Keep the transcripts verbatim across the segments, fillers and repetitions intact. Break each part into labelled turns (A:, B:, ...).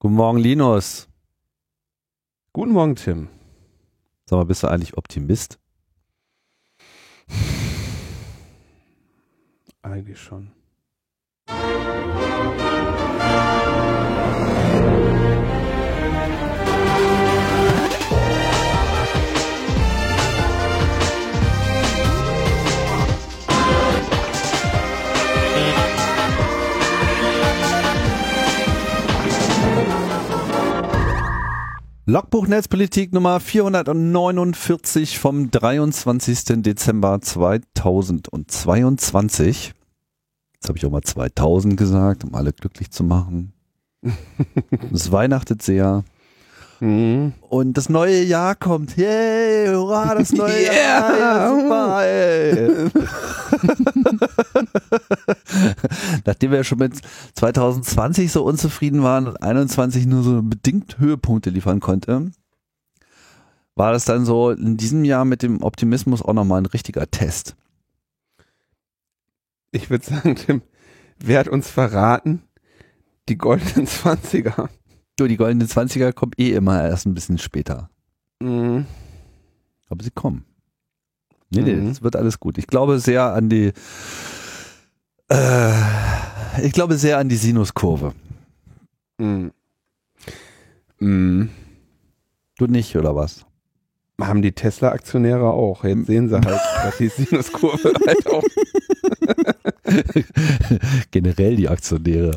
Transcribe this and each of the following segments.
A: Guten Morgen, Linus.
B: Guten Morgen, Tim.
A: Sag mal, bist du eigentlich Optimist?
B: Eigentlich schon.
A: Logbuch Netzpolitik Nummer vierhundertneunundvierzig vom dreiundzwanzigsten Dezember zweitausendzweiundzwanzig. Jetzt habe ich auch mal zweitausend gesagt, um alle glücklich zu machen. Es weihnachtet sehr.
B: Mhm.
A: Und das neue Jahr kommt. Yay, hurra, das neue
B: Yeah.
A: Jahr. Super, ey. Nachdem wir schon mit zweitausendzwanzig so unzufrieden waren und einundzwanzig nur so bedingt Höhepunkte liefern konnte, war das dann so in diesem Jahr mit dem Optimismus auch nochmal ein richtiger Test.
B: Ich würde sagen, Tim, wer hat uns verraten? Die goldenen Zwanziger.
A: So, die goldenen Zwanziger kommen eh immer erst ein bisschen später.
B: Mhm.
A: Aber sie kommen. Nee, nee,
B: Mhm.
A: das wird alles gut. Ich glaube sehr an die äh, ich glaube sehr an die Sinuskurve.
B: Mhm. Mhm.
A: Du nicht, oder was?
B: Haben die Tesla-Aktionäre auch. Jetzt sehen sie halt, dass die Sinuskurve halt auch.
A: Generell die Aktionäre.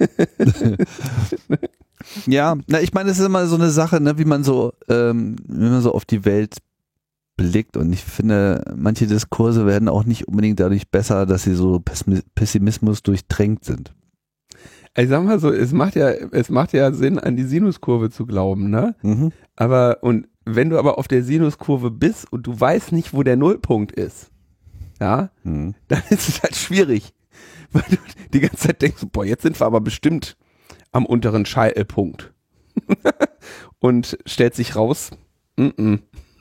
A: Ja, na, ich meine, es ist immer so eine Sache, ne, wie man so, ähm, wie man so auf die Welt blickt, und ich finde, manche Diskurse werden auch nicht unbedingt dadurch besser, dass sie so Pessimismus durchtränkt sind.
B: Ich sag mal so, es macht ja, es macht ja Sinn, an die Sinuskurve zu glauben, ne?
A: Mhm.
B: Aber, und wenn du aber auf der Sinuskurve bist und du weißt nicht, wo der Nullpunkt ist, ja,
A: Mhm.
B: dann ist es halt schwierig, weil du die ganze Zeit denkst, boah, jetzt sind wir aber bestimmt am unteren Scheitelpunkt. Und stellt sich raus, mm -mm.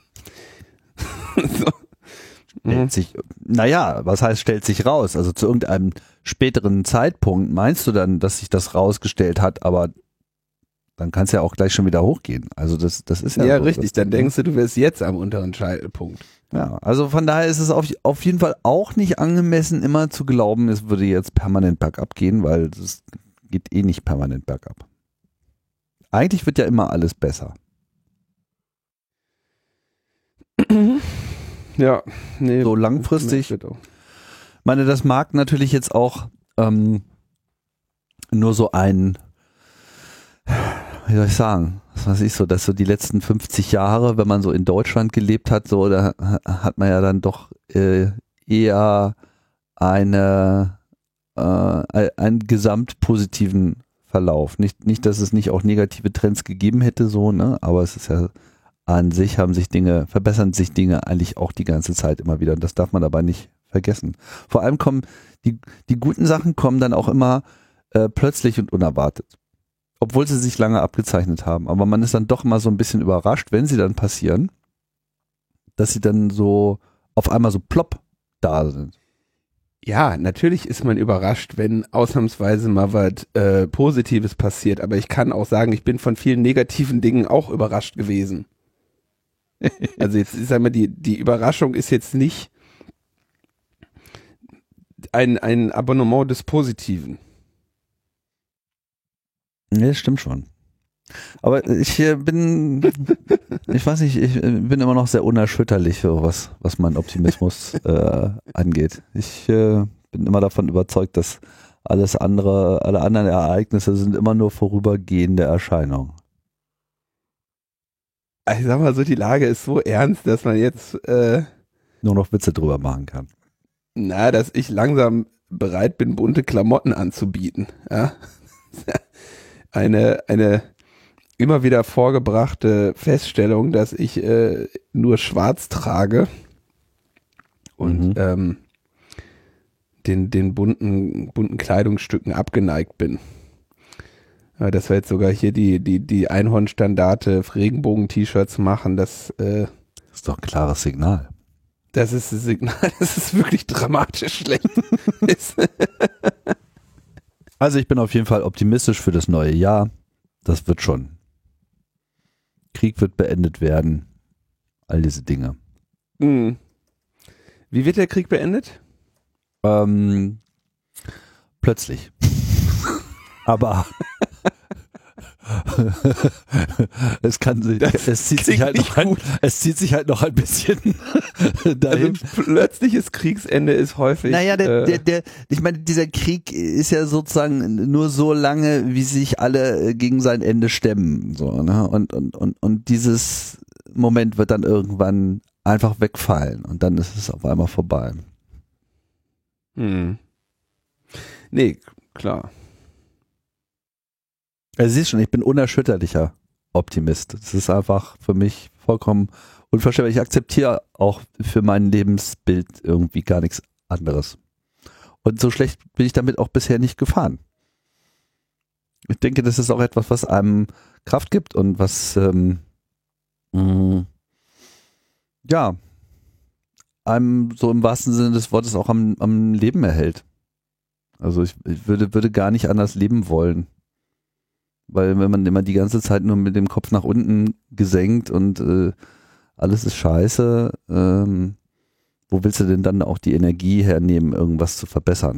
B: So.
A: Stellt sich, naja, was heißt stellt sich raus? Also zu irgendeinem späteren Zeitpunkt meinst du dann, dass sich das rausgestellt hat, aber dann kann es ja auch gleich schon wieder hochgehen. Also das, das ist ja
B: Ja,
A: so,
B: richtig,
A: das,
B: dann denkst du, du wärst jetzt am unteren Scheitelpunkt.
A: Ja, also von daher ist es auf, auf jeden Fall auch nicht angemessen, immer zu glauben, es würde jetzt permanent bergab gehen, weil es geht eh nicht permanent bergab. Eigentlich wird ja immer alles besser.
B: Ja, nee.
A: So langfristig.
B: Ich
A: meine, das mag natürlich jetzt auch ähm, nur so ein, wie soll ich sagen, was weiß ich so, dass so die letzten fünfzig Jahre, wenn man so in Deutschland gelebt hat, so, da hat man ja dann doch äh, eher eine, äh, einen gesamt positiven Verlauf. Nicht, nicht, dass es nicht auch negative Trends gegeben hätte, so, ne, aber es ist ja an sich haben sich Dinge, verbessern sich Dinge eigentlich auch die ganze Zeit immer wieder. Und das darf man dabei nicht vergessen. Vor allem kommen, die, die guten Sachen kommen dann auch immer äh, plötzlich und unerwartet. Obwohl sie sich lange abgezeichnet haben. Aber man ist dann doch immer so ein bisschen überrascht, wenn sie dann passieren, dass sie dann so auf einmal so plopp da sind.
B: Ja, natürlich ist man überrascht, wenn ausnahmsweise mal was äh, Positives passiert. Aber ich kann auch sagen, ich bin von vielen negativen Dingen auch überrascht gewesen. Also jetzt ist einmal die, die Überraschung ist jetzt nicht ein, ein Abonnement des Positiven.
A: Nee, das stimmt schon. Aber ich äh, bin, ich weiß nicht, ich äh, bin immer noch sehr unerschütterlich, so was, was meinen Optimismus äh, angeht. Ich äh, bin immer davon überzeugt, dass alles andere, alle anderen Ereignisse sind immer nur vorübergehende Erscheinungen.
B: Ich sag mal so, die Lage ist so ernst, dass man jetzt äh,
A: Nur noch Witze drüber machen kann.
B: na, dass ich langsam bereit bin, bunte Klamotten anzubieten. Ja? Eine, eine immer wieder vorgebrachte Feststellung, dass ich äh, nur schwarz trage und
A: Mhm.
B: ähm, den, den bunten, bunten Kleidungsstücken abgeneigt bin. Ja, dass wir jetzt sogar hier die, die, die Einhornstandarte, Regenbogen-T-Shirts machen, das, äh,
A: Das ist doch ein klares Signal.
B: das ist das Signal, dass es wirklich dramatisch schlecht ist.
A: Also ich bin auf jeden Fall optimistisch für das neue Jahr. das wird schon. Krieg wird beendet werden. All diese Dinge.
B: Mhm. Wie wird der Krieg beendet?
A: Ähm, plötzlich. Aber es kann sich, es zieht sich halt noch ein, es zieht sich halt noch ein bisschen dahin.
B: Also plötzliches Kriegsende ist häufig.
A: Naja, der,
B: äh,
A: der, der, ich meine, dieser Krieg ist ja sozusagen nur so lange, wie sich alle gegen sein Ende stemmen, so, ne? Und, und, und, und dieses Moment wird dann irgendwann einfach wegfallen und dann ist es auf einmal vorbei.
B: Hm. Nee, klar.
A: Also siehst schon, ich bin unerschütterlicher Optimist. Das ist einfach für mich vollkommen unvorstellbar. Ich akzeptiere auch für mein Lebensbild irgendwie gar nichts anderes. Und so schlecht bin ich damit auch bisher nicht gefahren. Ich denke, das ist auch etwas, was einem Kraft gibt und was ähm, mh, ja einem so im wahrsten Sinne des Wortes auch am, am Leben erhält. Also ich, ich würde, würde gar nicht anders leben wollen. Weil wenn man immer die ganze Zeit nur mit dem Kopf nach unten gesenkt und äh, alles ist scheiße, ähm, wo willst du denn dann auch die Energie hernehmen, irgendwas zu verbessern?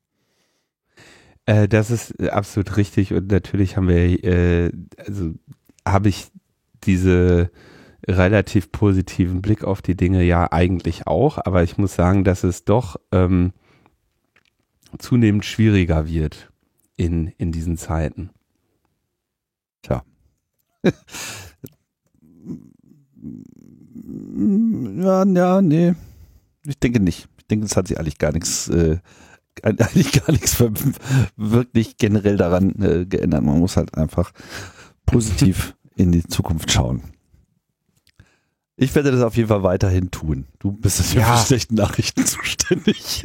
B: Äh, das ist absolut richtig und natürlich haben wir, äh, also habe ich diese relativ positiven Blick auf die Dinge ja eigentlich auch, aber ich muss sagen, dass es doch ähm, zunehmend schwieriger wird in, in diesen Zeiten.
A: Tja. Ja, ja, nee. Ich denke nicht. Ich denke, es hat sich eigentlich gar nichts, äh, eigentlich gar nichts wirklich generell daran äh, geändert. Man muss halt einfach positiv in die Zukunft schauen. Ich werde das auf jeden Fall weiterhin tun. Du bist ja für die schlechten Nachrichten zuständig.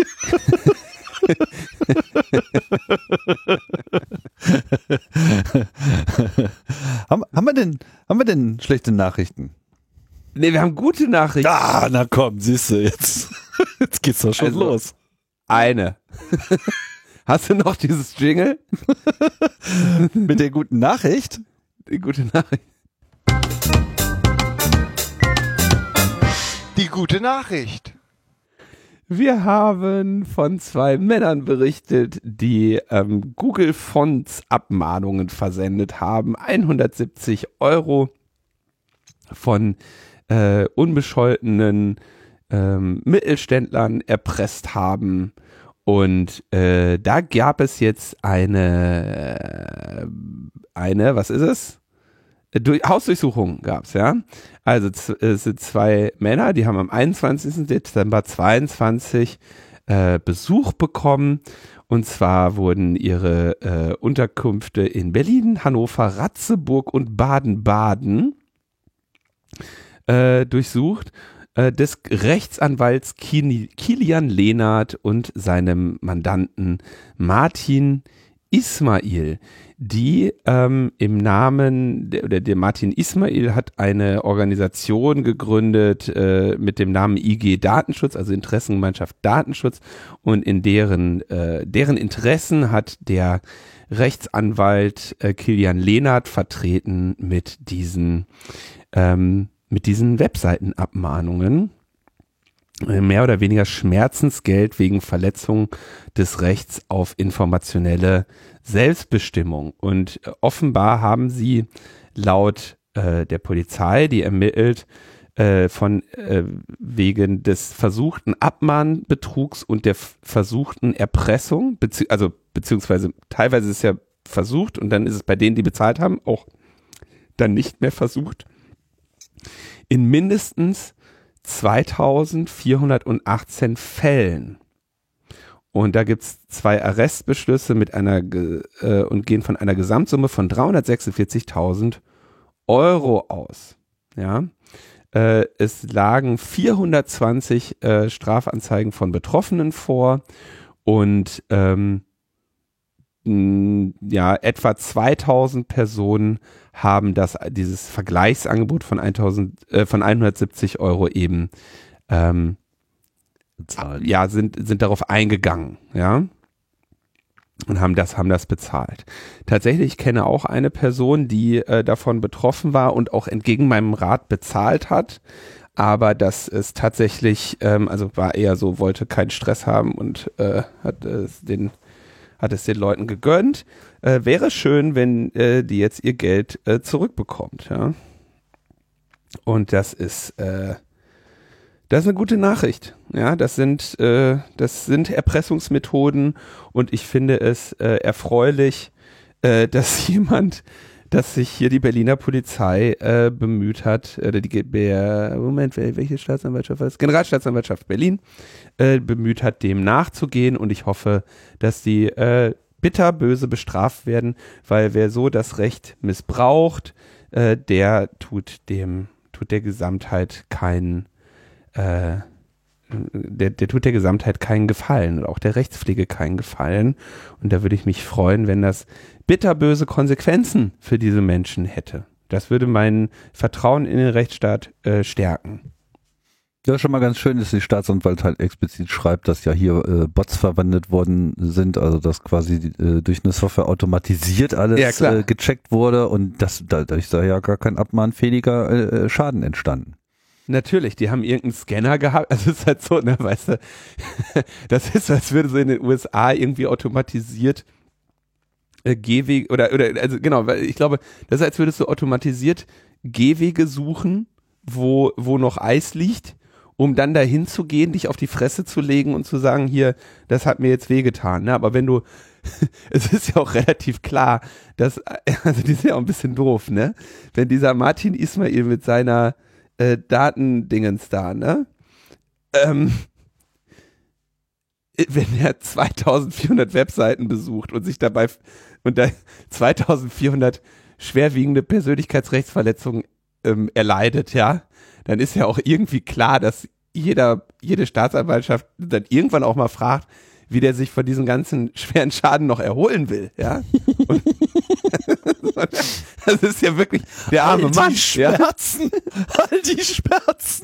A: haben, haben, wir denn, haben wir denn schlechte Nachrichten?
B: Nee, wir haben gute Nachrichten.
A: Ah, na komm, siehst du, jetzt, jetzt geht's doch schon also, los.
B: Eine. Hast du noch dieses Jingle?
A: Mit der guten Nachricht?
B: Die gute Nachricht.
C: Die gute Nachricht.
B: Wir haben von zwei Männern berichtet, die ähm, Google Fonts Abmahnungen versendet haben. hundertsiebzig Euro von äh, unbescholtenen ähm, Mittelständlern erpresst haben. Und äh, da gab es jetzt eine, äh, eine, was ist es? Durch, Hausdurchsuchung gab es, ja. Also es sind zwei Männer, die haben am einundzwanzigsten Dezember zweiundzwanzig äh, Besuch bekommen. Und zwar wurden ihre äh, Unterkünfte in Berlin, Hannover, Ratzeburg und Baden-Baden äh, durchsucht. Äh, des Rechtsanwalts Kini, Kilian Lehnert und seinem Mandanten Martin Ismail, die ähm, im Namen, der, oder der Martin Ismail hat eine Organisation gegründet äh, mit dem Namen I G Datenschutz, also Interessengemeinschaft Datenschutz, und in deren, äh, deren Interessen hat der Rechtsanwalt äh, Kilian Lehnert vertreten mit diesen, ähm, mit diesen Webseitenabmahnungen. Mehr oder weniger Schmerzensgeld wegen Verletzung des Rechts auf informationelle Selbstbestimmung. Und äh, offenbar haben sie laut äh, der Polizei, die ermittelt, äh, von äh, wegen des versuchten Abmahnbetrugs und der f- versuchten Erpressung, bezieh- also beziehungsweise teilweise ist es ja versucht und dann ist es bei denen, die bezahlt haben, auch dann nicht mehr versucht, in mindestens zweitausendvierhundertachtzehn Fällen. Und da gibt es zwei Arrestbeschlüsse mit einer äh, und gehen von einer Gesamtsumme von dreihundertsechsundvierzigtausend Euro aus. Ja, äh, es lagen vierhundertzwanzig äh, Strafanzeigen von Betroffenen vor und ähm, mh, ja, etwa zweitausend Personen haben das, dieses Vergleichsangebot von, tausend, äh, von hundertsiebzig Euro eben ähm, ja, sind, sind darauf eingegangen, ja. und haben das, haben das bezahlt. Tatsächlich, ich kenne auch eine Person, die äh, davon betroffen war und auch entgegen meinem Rat bezahlt hat. Aber das ist tatsächlich, ähm, also war eher so, wollte keinen Stress haben und äh, hat es den, hat es den Leuten gegönnt. Äh, wäre schön, wenn äh, die jetzt ihr Geld äh, zurückbekommt, ja. Und das ist, äh, das ist eine gute Nachricht. Ja, das sind, äh, das sind Erpressungsmethoden und ich finde es äh, erfreulich, äh, dass jemand, dass sich hier die Berliner Polizei äh, bemüht hat, oder die der, Moment, welche Staatsanwaltschaft war das? Generalstaatsanwaltschaft Berlin äh, bemüht hat, dem nachzugehen und ich hoffe, dass die äh, bitterböse bestraft werden, weil wer so das Recht missbraucht, äh, der tut dem, tut der Gesamtheit keinen, äh, der, der tut der Gesamtheit keinen Gefallen und auch der Rechtspflege keinen Gefallen und da würde ich mich freuen, wenn das bitterböse Konsequenzen für diese Menschen hätte. Das würde mein Vertrauen in den Rechtsstaat äh, stärken.
A: Ja, schon mal ganz schön, dass die Staatsanwalt halt explizit schreibt, dass ja hier äh, Bots verwendet worden sind, also dass quasi äh, durch eine Software automatisiert alles
B: ja,
A: äh, gecheckt wurde und das, da, da ist da ja gar kein abmahnfähiger äh, Schaden entstanden.
B: Natürlich, die haben irgendeinen Scanner gehabt, also es ist halt so, ne, weißt du, das ist, als würde so in den U S A irgendwie automatisiert äh, Gehwege, oder, oder, also genau, weil ich glaube, das ist, als würdest du automatisiert Gehwege suchen, wo, wo noch Eis liegt, um dann dahin zu gehen, dich auf die Fresse zu legen und zu sagen, hier, das hat mir jetzt wehgetan, ne, aber wenn du, es ist ja auch relativ klar, dass, also die sind ja auch ein bisschen doof, ne, wenn dieser Martin Ismail mit seiner äh, Datendingens da, ne, ähm, wenn er zweitausendvierhundert Webseiten besucht und sich dabei und da zweitausendvierhundert schwerwiegende Persönlichkeitsrechtsverletzungen ähm, erleidet, ja, dann ist ja auch irgendwie klar, dass jeder, jede Staatsanwaltschaft dann irgendwann auch mal fragt, wie der sich von diesem ganzen schweren Schaden noch erholen will, ja. Und das ist ja wirklich der arme
A: all die
B: Mann.
A: Schmerzen, ja? All die Schmerzen.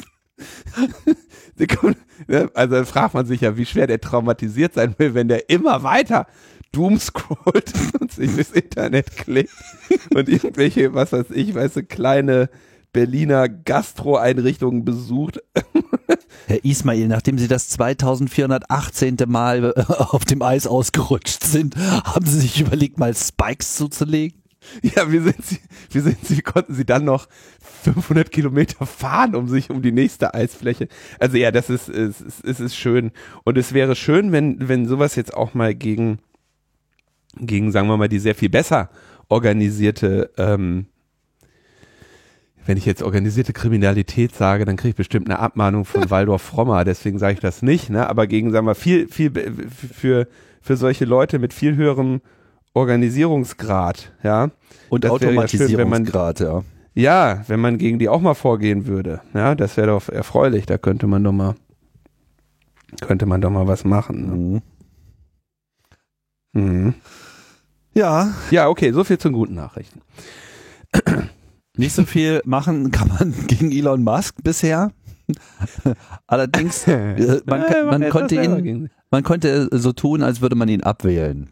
B: Also dann fragt man sich ja, wie schwer der traumatisiert sein will, wenn der immer weiter doomscrollt und sich durchs Internet klickt und irgendwelche, was weiß ich, weißt du, kleine Berliner Gastro-Einrichtungen besucht.
A: Herr Ismail, nachdem Sie das zweitausendvierhundertachtzehn. Mal auf dem Eis ausgerutscht sind, haben Sie sich überlegt, mal Spikes zuzulegen?
B: Ja, wie sind Sie, wie sind Sie, wie konnten Sie dann noch fünfhundert Kilometer fahren, um sich um die nächste Eisfläche? Also ja, das ist, es ist, es ist schön. Und es wäre schön, wenn, wenn sowas jetzt auch mal gegen, gegen, sagen wir mal, die sehr viel besser organisierte, ähm, wenn ich jetzt organisierte Kriminalität sage, dann kriege ich bestimmt eine Abmahnung von Waldorf Frommer, deswegen sage ich das nicht, ne? Aber gegen, sagen wir, viel, viel, für, für solche Leute mit viel höherem Organisierungsgrad, ja.
A: Und
B: das
A: Automatisierungsgrad,
B: ja, schön, wenn man, ja. Ja, wenn man gegen die auch mal vorgehen würde, ja, das wäre doch erfreulich, da könnte man doch mal, könnte man doch mal was machen. Ne? Mhm. Mhm.
A: Ja.
B: Ja, okay, so viel zu guten Nachrichten.
A: Nicht so viel machen kann man gegen Elon Musk bisher. Allerdings, man, man, man, konnte ihn, man konnte so tun, als würde man ihn abwählen.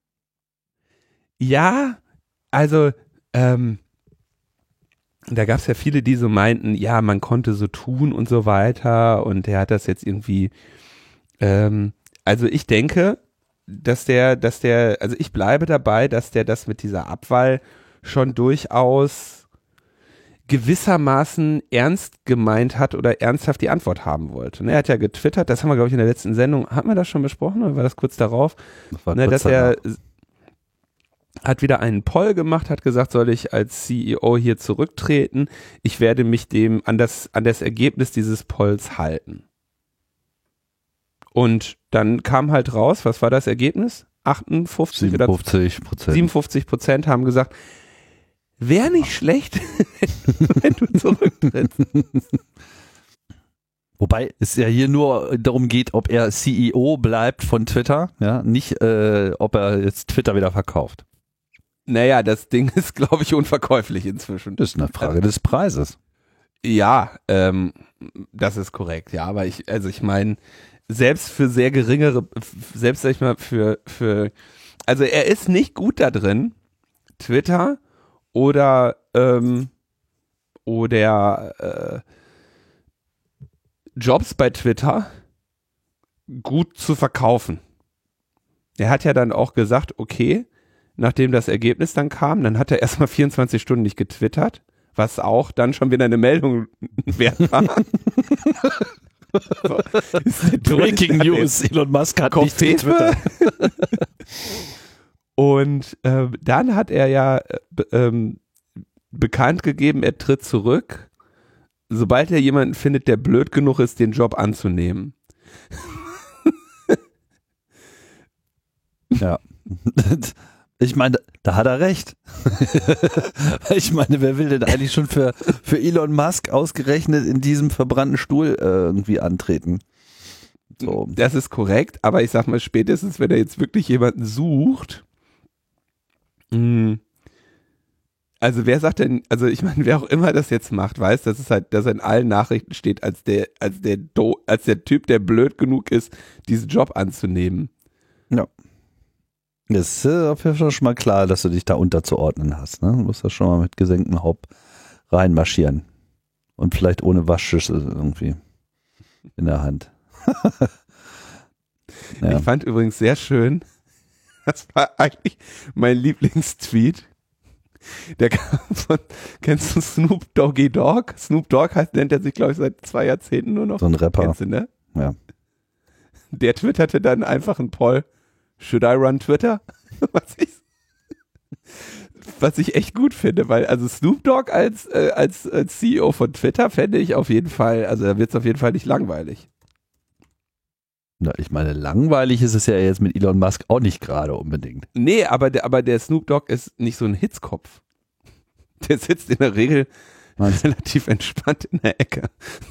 B: Ja, also ähm, da gab es ja viele, die so meinten, ja, man konnte so tun und so weiter und der hat das jetzt irgendwie, ähm, also ich denke, dass der, dass der, also ich bleibe dabei, dass der das mit dieser Abwahl schon durchaus gewissermaßen ernst gemeint hat oder ernsthaft die Antwort haben wollte. Und er hat ja getwittert, das haben wir, glaube ich, in der letzten Sendung, hat man das schon besprochen oder war das kurz darauf? Das war ne, dass er hat wieder einen Poll gemacht, hat gesagt, soll ich als C E O hier zurücktreten? Ich werde mich dem an das, an das Ergebnis dieses Polls halten. Und dann kam halt raus, was war das Ergebnis? achtundfünfzig
A: siebenundfünfzig Prozent.
B: siebenundfünfzig Prozent haben gesagt, wäre nicht schlecht, wenn du zurücktrittst.
A: Wobei es ja hier nur darum geht, ob er C E O bleibt von Twitter, ja, nicht äh, ob er jetzt Twitter wieder verkauft.
B: Naja, das Ding ist, glaube ich, unverkäuflich inzwischen.
A: Das ist eine Frage des Preises.
B: Ja, ähm, das ist korrekt, ja, aber ich, also ich meine, selbst für sehr geringere, selbst sag ich mal, für, für Also er ist nicht gut da drin, Twitter oder ähm, oder äh, Jobs bei Twitter gut zu verkaufen. Er hat ja dann auch gesagt, okay, nachdem das Ergebnis dann kam, dann hat er erstmal vierundzwanzig Stunden nicht getwittert, was auch dann schon wieder eine Meldung wert war. So,
A: Breaking News, Elon Musk hat nicht getwittert.
B: Und äh, dann hat er ja äh, ähm, bekannt gegeben, er tritt zurück, sobald er jemanden findet, der blöd genug ist, den Job anzunehmen.
A: Ja. Ich meine, da hat er recht. Ich meine, wer will denn eigentlich schon für, für Elon Musk ausgerechnet in diesem verbrannten Stuhl äh, irgendwie antreten? So.
B: Das ist korrekt, aber ich sag mal, spätestens, wenn er jetzt wirklich jemanden sucht, mh, also wer sagt denn, also ich meine, wer auch immer das jetzt macht, weiß, dass es halt, dass er in allen Nachrichten steht, als der, als der, Do, als der Typ, der blöd genug ist, diesen Job anzunehmen.
A: Ja. Es ist auf jeden Fall schon mal klar, dass du dich da unterzuordnen hast. Ne? Du musst da schon mal mit gesenktem Haupt reinmarschieren. Und vielleicht ohne Waschschüssel irgendwie in der Hand. Ja.
B: Ich fand übrigens sehr schön, das war eigentlich mein Lieblingstweet. Der kam von, kennst du Snoop Doggy Dogg? Snoop Dogg heißt, nennt er sich, glaube ich, seit zwei Jahrzehnten nur noch.
A: So ein Rapper.
B: Kennst du, ne?
A: Ja.
B: Der twitterte dann einfach einen Poll, should I run Twitter? Was ich, was ich echt gut finde, weil also Snoop Dogg als, äh, als, als C E O von Twitter fände ich auf jeden Fall, also da wird es auf jeden Fall nicht langweilig.
A: Na, ich meine, langweilig ist es ja jetzt mit Elon Musk auch nicht gerade unbedingt.
B: Nee, aber der, aber der Snoop Dogg ist nicht so ein Hitzkopf. Der sitzt in der Regel
A: Meinst du?
B: relativ entspannt in der Ecke.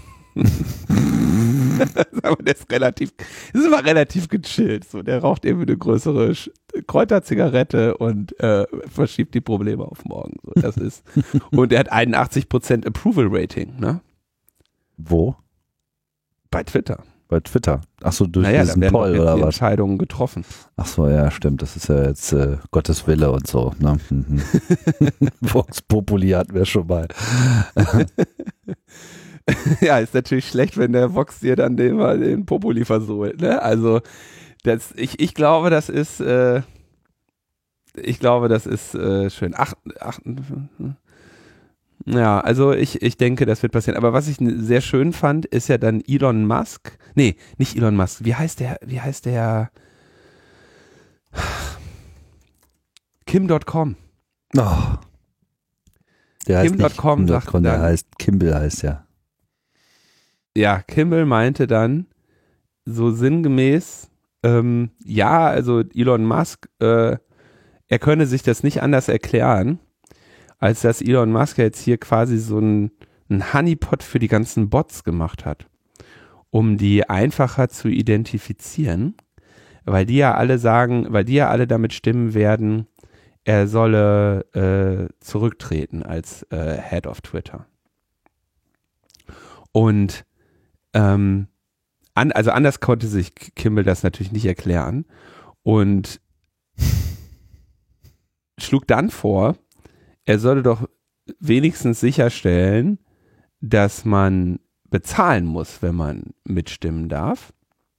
B: Aber der ist relativ, ist immer relativ gechillt. So, der raucht eben eine größere Sch- Kräuterzigarette und äh, verschiebt die Probleme auf morgen. So, das ist. Und er hat einundachtzig Prozent Approval Rating, ne?
A: Wo?
B: Bei Twitter.
A: Bei Twitter. Achso, durch
B: Naja, da
A: diesen
B: werden doch
A: Poll
B: jetzt
A: oder
B: die
A: was?
B: Entscheidungen getroffen.
A: Achso, ja, stimmt. Das ist ja jetzt äh, Gottes Wille und so. Ne? Mhm. Vox Populi hatten wir schon mal.
B: Ja, ist natürlich schlecht, wenn der Vox dir dann den, mal den Populi versohlt, ne? Also, das, ich, ich glaube, das ist, äh, ich glaube, das ist äh, schön. Ach, ach, ja, also ich, ich denke, das wird passieren. Aber was ich n- sehr schön fand, ist ja dann Elon Musk. Nee, nicht Elon Musk. Wie heißt der, wie heißt der? Kim Punkt com.
A: Oh. Der heißt
B: Kim
A: nicht
B: Punkt com
A: Kim Punkt
B: sagt
A: com, der
B: dann-
A: heißt Kimball heißt ja.
B: Ja, Kimball meinte dann so sinngemäß, ähm, ja, also Elon Musk, äh, er könne sich das nicht anders erklären, als dass Elon Musk jetzt hier quasi so ein, ein Honeypot für die ganzen Bots gemacht hat, um die einfacher zu identifizieren, weil die ja alle sagen, weil die ja alle damit stimmen werden, er solle äh, zurücktreten als äh, Head of Twitter. Und ähm, an, also anders konnte sich Kimball das natürlich nicht erklären und schlug dann vor, er solle doch wenigstens sicherstellen, dass man bezahlen muss, wenn man mitstimmen darf.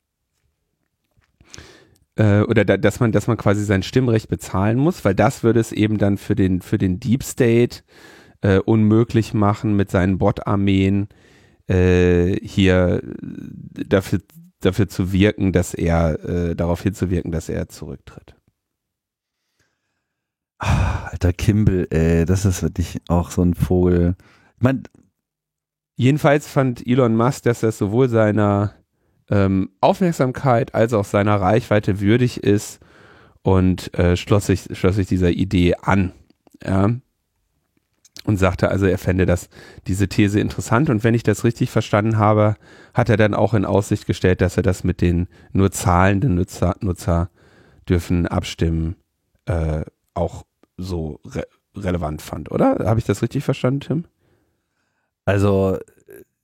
B: Äh, oder da, dass man, dass man quasi sein Stimmrecht bezahlen muss, weil das würde es eben dann für den, für den Deep State äh, unmöglich machen, mit seinen Bot-Armeen äh, hier dafür, dafür zu wirken, dass er, äh, darauf hinzuwirken, dass er zurücktritt.
A: Ah, Alter Kimball, ey, das ist wirklich auch so ein Vogel. Ich meine,
B: Jedenfalls fand Elon Musk, dass das sowohl seiner ähm, Aufmerksamkeit als auch seiner Reichweite würdig ist und äh, schloss sich, schloss sich dieser Idee an. Ja. Und sagte also, er fände das, diese These interessant. Und wenn ich das richtig verstanden habe, hat er dann auch in Aussicht gestellt, dass er das mit den nur zahlenden Nutzer, Nutzer dürfen abstimmen, äh, auch so re- relevant fand, oder? Habe ich das richtig verstanden, Tim?
A: also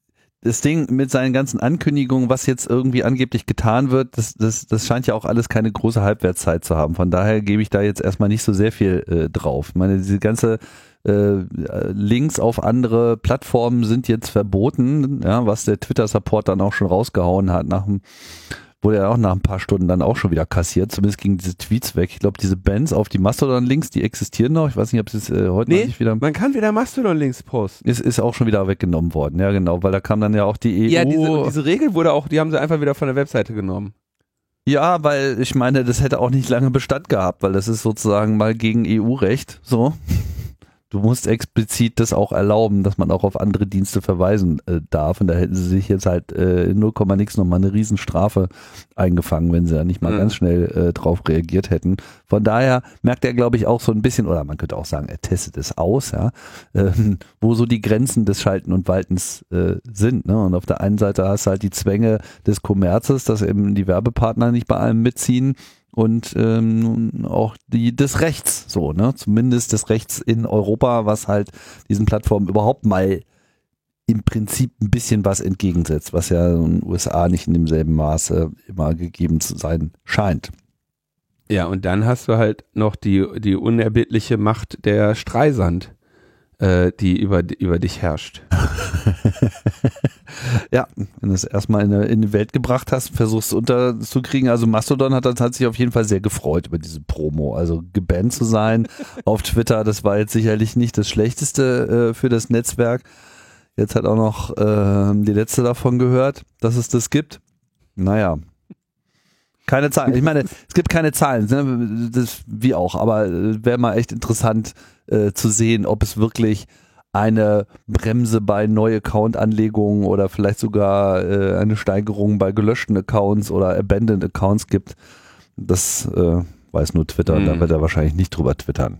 A: das Ding mit seinen ganzen Ankündigungen, was jetzt irgendwie angeblich getan wird, das, das, das scheint ja auch alles keine große Halbwertszeit zu haben. Von daher gebe ich da jetzt erstmal nicht so sehr viel äh, drauf. Ich meine, diese ganze äh, Links auf andere Plattformen sind jetzt verboten, ja, was der Twitter-Support dann auch schon rausgehauen hat nach dem wurde ja auch nach ein paar Stunden dann auch schon wieder kassiert, zumindest gingen diese Tweets weg. Ich glaube, diese Bands auf die Mastodon-Links, die existieren noch. Ich weiß nicht, ob es äh, heute
B: nee,
A: noch nicht wieder...
B: man kann wieder Mastodon-Links posten.
A: Ist, ist auch schon wieder weggenommen worden, ja genau, weil da kam dann ja auch die E U...
B: Ja, diese, diese Regel wurde auch, die haben sie einfach wieder von der Webseite genommen.
A: Ja, weil ich meine, das hätte auch nicht lange Bestand gehabt, weil das ist sozusagen mal gegen E U-Recht, so. Du musst explizit das auch erlauben, dass man auch auf andere Dienste verweisen äh, darf. Und da hätten sie sich jetzt halt äh, in null Komma nix nochmal eine Riesenstrafe eingefangen, wenn sie da nicht mal mhm. ganz schnell äh, drauf reagiert hätten. Von daher merkt er, glaube ich, auch so ein bisschen, oder man könnte auch sagen, er testet es aus, ja, äh, wo so die Grenzen des Schalten und Waltens äh, sind. Ne? Und auf der einen Seite hast du halt die Zwänge des Kommerzes, dass eben die Werbepartner nicht bei allem mitziehen. Und ähm, auch die des Rechts, so, ne, zumindest des Rechts in Europa, was halt diesen Plattformen überhaupt mal im Prinzip ein bisschen was entgegensetzt, was ja in den U S A nicht in demselben Maße immer gegeben zu sein scheint.
B: Ja, und dann hast du halt noch die, die unerbittliche Macht der Streisand, äh, die über, über dich herrscht.
A: Ja, wenn du es erstmal in, in die Welt gebracht hast, versuchst es unterzukriegen. Also Mastodon hat, hat sich auf jeden Fall sehr gefreut über diese Promo. Also gebannt zu sein auf Twitter, das war jetzt sicherlich nicht das Schlechteste äh, für das Netzwerk. Jetzt hat auch noch äh, die letzte davon gehört, dass es das gibt. Naja, keine Zahlen. Ich meine, es gibt keine Zahlen, ne? Das wie auch, aber äh, wäre mal echt interessant äh, zu sehen, ob es wirklich eine Bremse bei Neu-Account-Anlegungen oder vielleicht sogar äh, eine Steigerung bei gelöschten Accounts oder Abandoned Accounts gibt. Das äh, weiß nur Twitter, mhm. Da wird er wahrscheinlich nicht drüber twittern.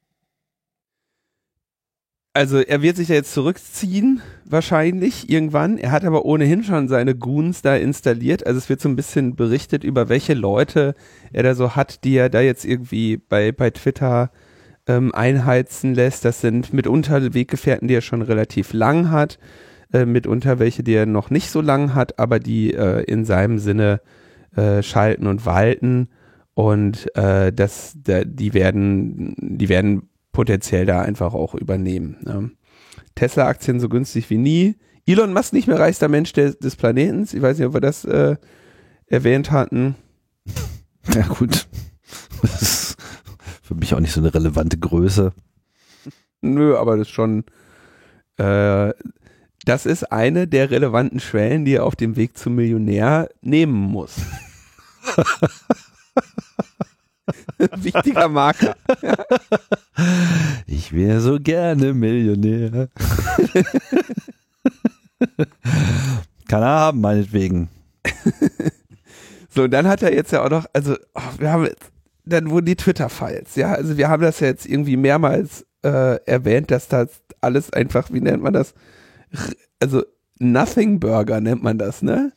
B: Also er wird sich ja jetzt zurückziehen, wahrscheinlich, irgendwann. Er hat aber ohnehin schon seine Goons da installiert. Also es wird so ein bisschen berichtet, über welche Leute er da so hat, die er da jetzt irgendwie bei, bei Twitter ähm, einheizen lässt. Das sind mitunter Weggefährten, die er schon relativ lang hat, äh, mitunter welche, die er noch nicht so lang hat, aber die äh, in seinem Sinne äh, schalten und walten. Und äh, das, da, die werden, die werden potenziell da einfach auch übernehmen. Ne? Tesla-Aktien so günstig wie nie. Elon Musk nicht mehr reichster Mensch des, des Planetens. Ich weiß nicht, ob wir das äh, erwähnt hatten.
A: Ja gut, das ist für mich auch nicht so eine relevante Größe.
B: Nö, aber das ist schon, äh, das ist eine der relevanten Schwellen, die er auf dem Weg zum Millionär nehmen muss. Wichtiger Marker.
A: Ich wäre so gerne Millionär. Kann er haben, meinetwegen.
B: So, und dann hat er jetzt ja auch noch, also oh, wir haben jetzt, dann wurden die Twitter-Files, ja, also wir haben das ja jetzt irgendwie mehrmals äh, erwähnt, dass das alles einfach, wie nennt man das? Also Nothing Burger nennt man das, ne?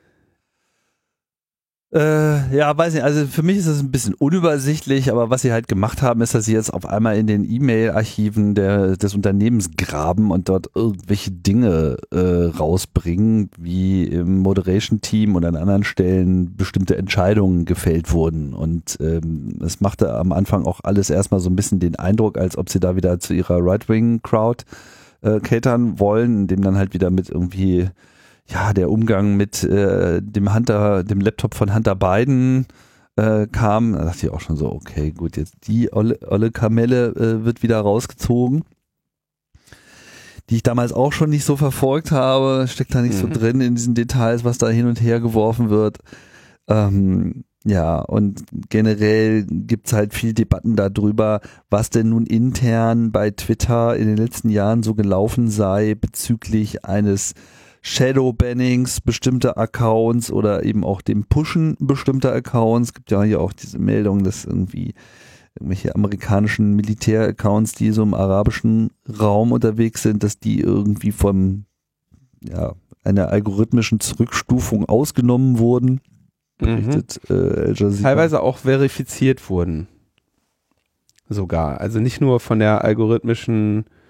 A: Äh, ja, weiß nicht, also für mich ist das ein bisschen unübersichtlich, aber was sie halt gemacht haben, ist, dass sie jetzt auf einmal in den E-Mail-Archiven der, des Unternehmens graben und dort irgendwelche Dinge äh, rausbringen, wie im Moderation-Team und an anderen Stellen bestimmte Entscheidungen gefällt wurden. Und ähm, es machte am Anfang auch alles erstmal so ein bisschen den Eindruck, als ob sie da wieder zu ihrer Right-Wing-Crowd äh, catern wollen, indem dann halt wieder mit irgendwie ja, der Umgang mit äh, dem Hunter, dem Laptop von Hunter Biden äh, kam. Da dachte ich auch schon so, okay, gut, jetzt die olle, olle Kamelle äh, wird wieder rausgezogen, die ich damals auch schon nicht so verfolgt habe. Steckt da nicht mhm. so drin in diesen Details, was da hin und her geworfen wird. Ähm, ja, und generell gibt's halt viel Debatten darüber, was denn nun intern bei Twitter in den letzten Jahren so gelaufen sei bezüglich eines Shadowbannings bestimmter Accounts oder eben auch dem Pushen bestimmter Accounts. Es gibt ja hier auch diese Meldung, dass irgendwie irgendwelche amerikanischen Militäraccounts, die so im arabischen Raum unterwegs sind, dass die irgendwie von ja, einer algorithmischen Zurückstufung ausgenommen wurden. Berichtet, mhm. äh, Al Jazeera.
B: Teilweise auch verifiziert wurden. Sogar. Also nicht nur von der algorithmischen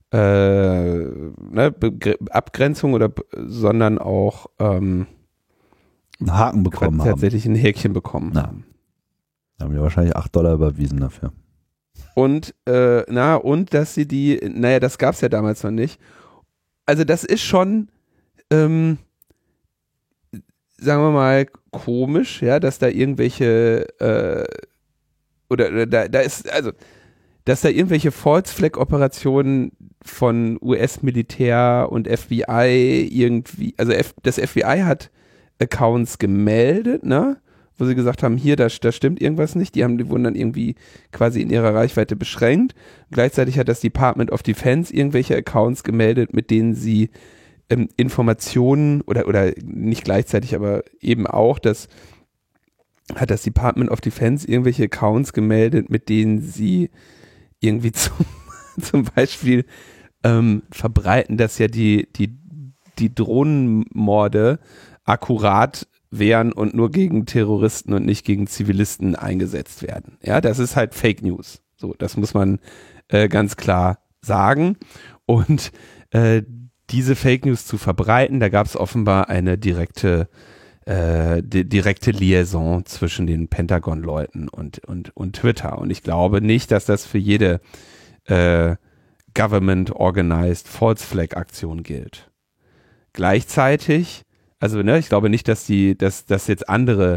B: äh, ne, Begr- Abgrenzung oder, sondern auch ähm,
A: einen Haken bekommen haben.
B: Tatsächlich ein Häkchen bekommen
A: Na.
B: haben.
A: Da haben wir wahrscheinlich acht Dollar überwiesen dafür.
B: Und, äh, na, und dass sie die, naja, das gab es ja damals noch nicht. Also das ist schon, ähm, sagen wir mal, komisch, ja, dass da irgendwelche, äh, oder, oder da, da ist, also, dass da irgendwelche False-Flag-Operationen von U S-Militär und F B I irgendwie, also F, das F B I hat Accounts gemeldet, ne, wo sie gesagt haben, hier, da, da stimmt irgendwas nicht, die haben, die wurden dann irgendwie quasi in ihrer Reichweite beschränkt. Gleichzeitig hat das Department of Defense irgendwelche Accounts gemeldet, mit denen sie ähm, Informationen oder, oder nicht gleichzeitig, aber eben auch, das hat das Department of Defense irgendwelche Accounts gemeldet, mit denen sie irgendwie zum, zum Beispiel ähm, verbreiten, dass ja die, die, die Drohnenmorde akkurat wären und nur gegen Terroristen und nicht gegen Zivilisten eingesetzt werden. Ja, das ist halt Fake News. So, das muss man äh, ganz klar sagen. Und äh, diese Fake News zu verbreiten, da gab es offenbar eine direkte äh, di- direkte Liaison zwischen den Pentagon-Leuten und, und, und Twitter. Und ich glaube nicht, dass das für jede äh, Government-Organized False-Flag-Aktion gilt. Gleichzeitig, also ne, ich glaube nicht, dass die, dass, dass jetzt andere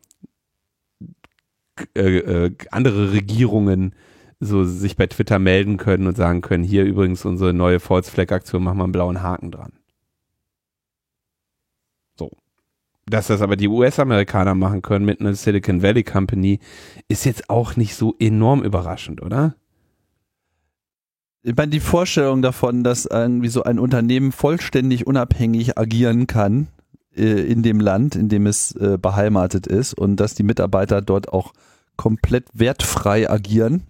B: äh, äh, andere Regierungen so sich bei Twitter melden können und sagen können, hier übrigens unsere neue False-Flag-Aktion, machen wir einen blauen Haken dran. So. Dass das aber die U S-Amerikaner machen können mit einer Silicon Valley Company, ist jetzt auch nicht so enorm überraschend, oder?
A: Ich meine, die Vorstellung davon, dass irgendwie so ein Unternehmen vollständig unabhängig agieren kann äh, in dem Land, in dem es äh, beheimatet ist und dass die Mitarbeiter dort auch komplett wertfrei agieren,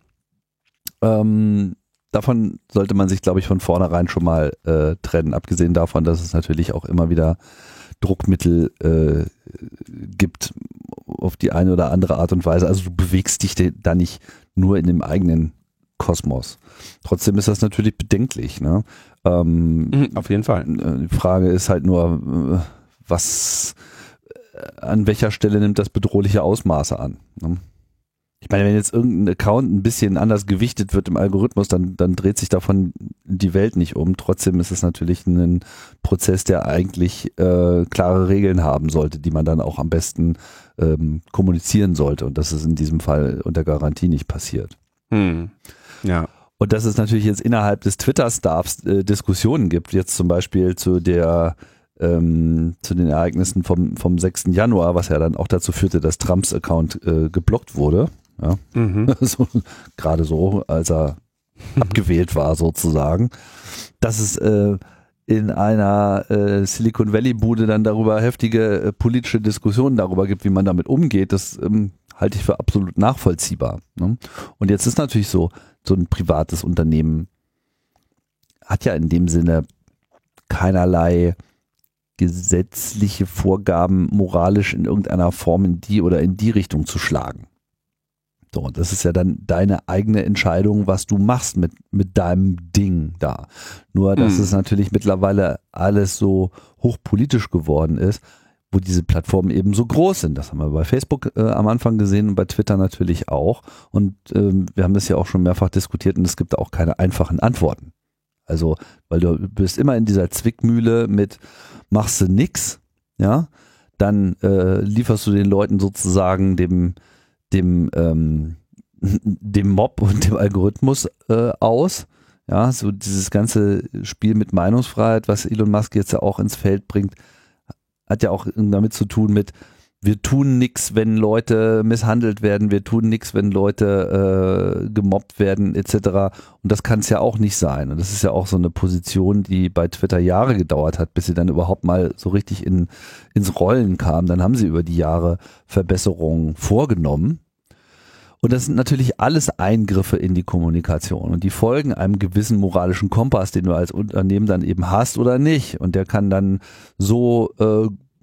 A: ähm, davon sollte man sich, glaube ich, von vornherein schon mal äh, trennen, abgesehen davon, dass es natürlich auch immer wieder Druckmittel äh, gibt auf die eine oder andere Art und Weise. Also du bewegst dich da nicht nur in dem eigenen Kosmos. Trotzdem ist das natürlich bedenklich. Ne? Ähm,
B: Mhm, auf jeden Fall.
A: Die Frage ist halt nur, was, an welcher Stelle nimmt das bedrohliche Ausmaße an? Ne? Ich meine, wenn jetzt irgendein Account ein bisschen anders gewichtet wird im Algorithmus, dann, dann dreht sich davon die Welt nicht um. Trotzdem ist es natürlich ein Prozess, der eigentlich äh, klare Regeln haben sollte, die man dann auch am besten ähm, kommunizieren sollte. Und das ist in diesem Fall unter Garantie nicht passiert.
B: Hm. Ja.
A: Und dass es natürlich jetzt innerhalb des Twitter-Staffs äh, Diskussionen gibt, jetzt zum Beispiel zu der ähm, zu den Ereignissen vom, vom sechsten Januar, was ja dann auch dazu führte, dass Trumps Account äh, geblockt wurde. Ja,
B: Mhm.
A: so, gerade so, als er abgewählt war sozusagen, dass es äh, in einer äh, Silicon Valley Bude dann darüber heftige äh, politische Diskussionen darüber gibt, wie man damit umgeht, das ähm, halte ich für absolut nachvollziehbar. Ne? Und jetzt ist natürlich so, so ein privates Unternehmen hat ja in dem Sinne keinerlei gesetzliche Vorgaben moralisch in irgendeiner Form in die oder in die Richtung zu schlagen. So, das ist ja dann deine eigene Entscheidung, was du machst mit, mit deinem Ding da. Nur, dass
B: Mhm.
A: es natürlich mittlerweile alles so hochpolitisch geworden ist, wo diese Plattformen eben so groß sind. Das haben wir bei Facebook äh, am Anfang gesehen und bei Twitter natürlich auch. Und ähm, wir haben das ja auch schon mehrfach diskutiert und es gibt auch keine einfachen Antworten. Also, weil du bist immer in dieser Zwickmühle mit machst du nix, ja, dann äh, lieferst du den Leuten sozusagen dem dem ähm, dem Mob und dem Algorithmus äh, aus. Ja, so dieses ganze Spiel mit Meinungsfreiheit, was Elon Musk jetzt ja auch ins Feld bringt, hat ja auch damit zu tun mit, wir tun nichts, wenn Leute misshandelt werden, wir tun nichts, wenn Leute äh, gemobbt werden et cetera. Und das kann es ja auch nicht sein. Und das ist ja auch so eine Position, die bei Twitter Jahre gedauert hat, bis sie dann überhaupt mal so richtig in, ins Rollen kam. Dann haben sie über die Jahre Verbesserungen vorgenommen. Und das sind natürlich alles Eingriffe in die Kommunikation und die folgen einem gewissen moralischen Kompass, den du als Unternehmen dann eben hast oder nicht. Und der kann dann so äh,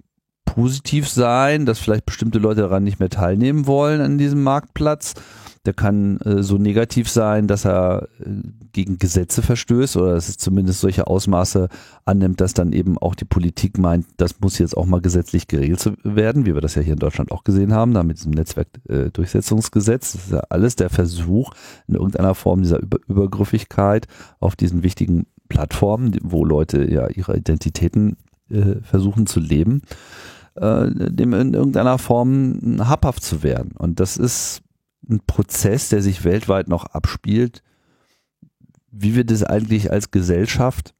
A: positiv sein, dass vielleicht bestimmte Leute daran nicht mehr teilnehmen wollen an diesem Marktplatz. Der kann äh, so negativ sein, dass er äh, gegen Gesetze verstößt oder dass es zumindest solche Ausmaße annimmt, dass dann eben auch die Politik meint, das muss jetzt auch mal gesetzlich geregelt zu werden, wie wir das ja hier in Deutschland auch gesehen haben, da mit diesem Netzwerkdurchsetzungsgesetz. Das ist ja alles der Versuch, in irgendeiner Form dieser Über- Übergriffigkeit auf diesen wichtigen Plattformen, wo Leute ja ihre Identitäten äh, versuchen zu leben, äh, dem in irgendeiner Form habhaft zu werden. Und das ist ein Prozess, der sich weltweit noch abspielt, wie wir das eigentlich als Gesellschaft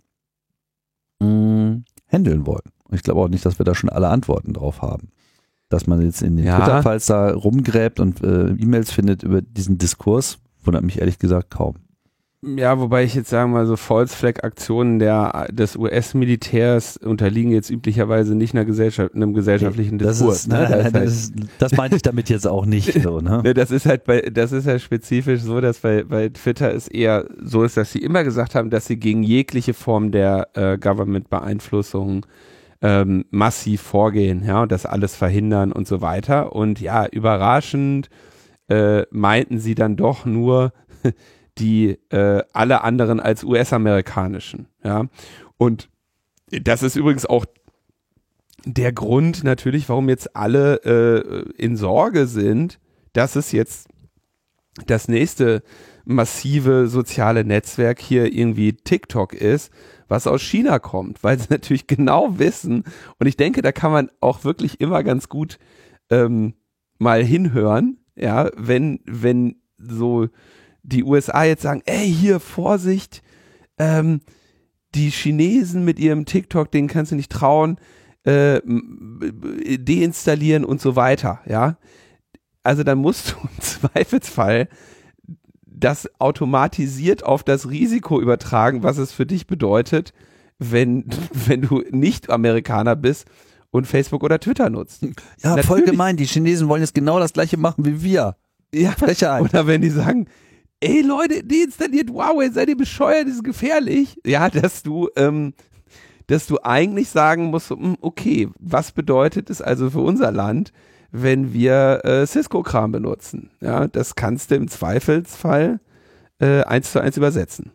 A: mh, handeln wollen. Und ich glaube auch nicht, dass wir da schon alle Antworten drauf haben. Dass man jetzt in den
B: Ja.
A: Twitter-Files da rumgräbt und äh, E-Mails findet über diesen Diskurs, wundert mich ehrlich gesagt kaum.
B: Ja, wobei ich jetzt sagen mal so False Flag Aktionen der des U S-Militärs unterliegen jetzt üblicherweise nicht einer Gesellschaft, einem gesellschaftlichen
A: Das
B: Diskurs.
A: ist,
B: ne?
A: nein,
B: Da ist
A: nein,
B: halt,
A: das, ist, das meinte ich damit jetzt auch nicht so, ne?
B: ne, das ist halt bei, das ist halt spezifisch so, dass bei, bei Twitter es eher so ist, dass sie immer gesagt haben, dass sie gegen jegliche Form der äh, Government-Beeinflussung ähm, massiv vorgehen, ja, und das alles verhindern und so weiter. Und ja, überraschend äh, meinten sie dann doch nur die äh, alle anderen als U S-amerikanischen, ja. Und das ist übrigens auch der Grund natürlich, warum jetzt alle äh, in Sorge sind, dass es jetzt das nächste massive soziale Netzwerk hier irgendwie TikTok ist, was aus China kommt, weil sie natürlich genau wissen, und ich denke, da kann man auch wirklich immer ganz gut ähm, mal hinhören, ja, wenn, wenn so die U S A jetzt sagen, ey, hier, Vorsicht, ähm, die Chinesen mit ihrem TikTok, denen kannst du nicht trauen, äh, deinstallieren und so weiter, ja. Also dann musst du im Zweifelsfall das automatisiert auf das Risiko übertragen, was es für dich bedeutet, wenn, wenn du nicht Amerikaner bist und Facebook oder Twitter nutzt.
A: Ja,
B: Natürlich.
A: voll gemein. Die Chinesen wollen jetzt genau das Gleiche machen wie wir.
B: Ja,
A: Frechheit.
B: oder wenn die sagen, ey Leute, deinstalliert Huawei, seid ihr bescheuert, das ist gefährlich. Ja, dass du, ähm, dass du eigentlich sagen musst, okay, was bedeutet es also für unser Land, wenn wir äh, Cisco-Kram benutzen? Ja, das kannst du im Zweifelsfall äh, eins zu eins übersetzen.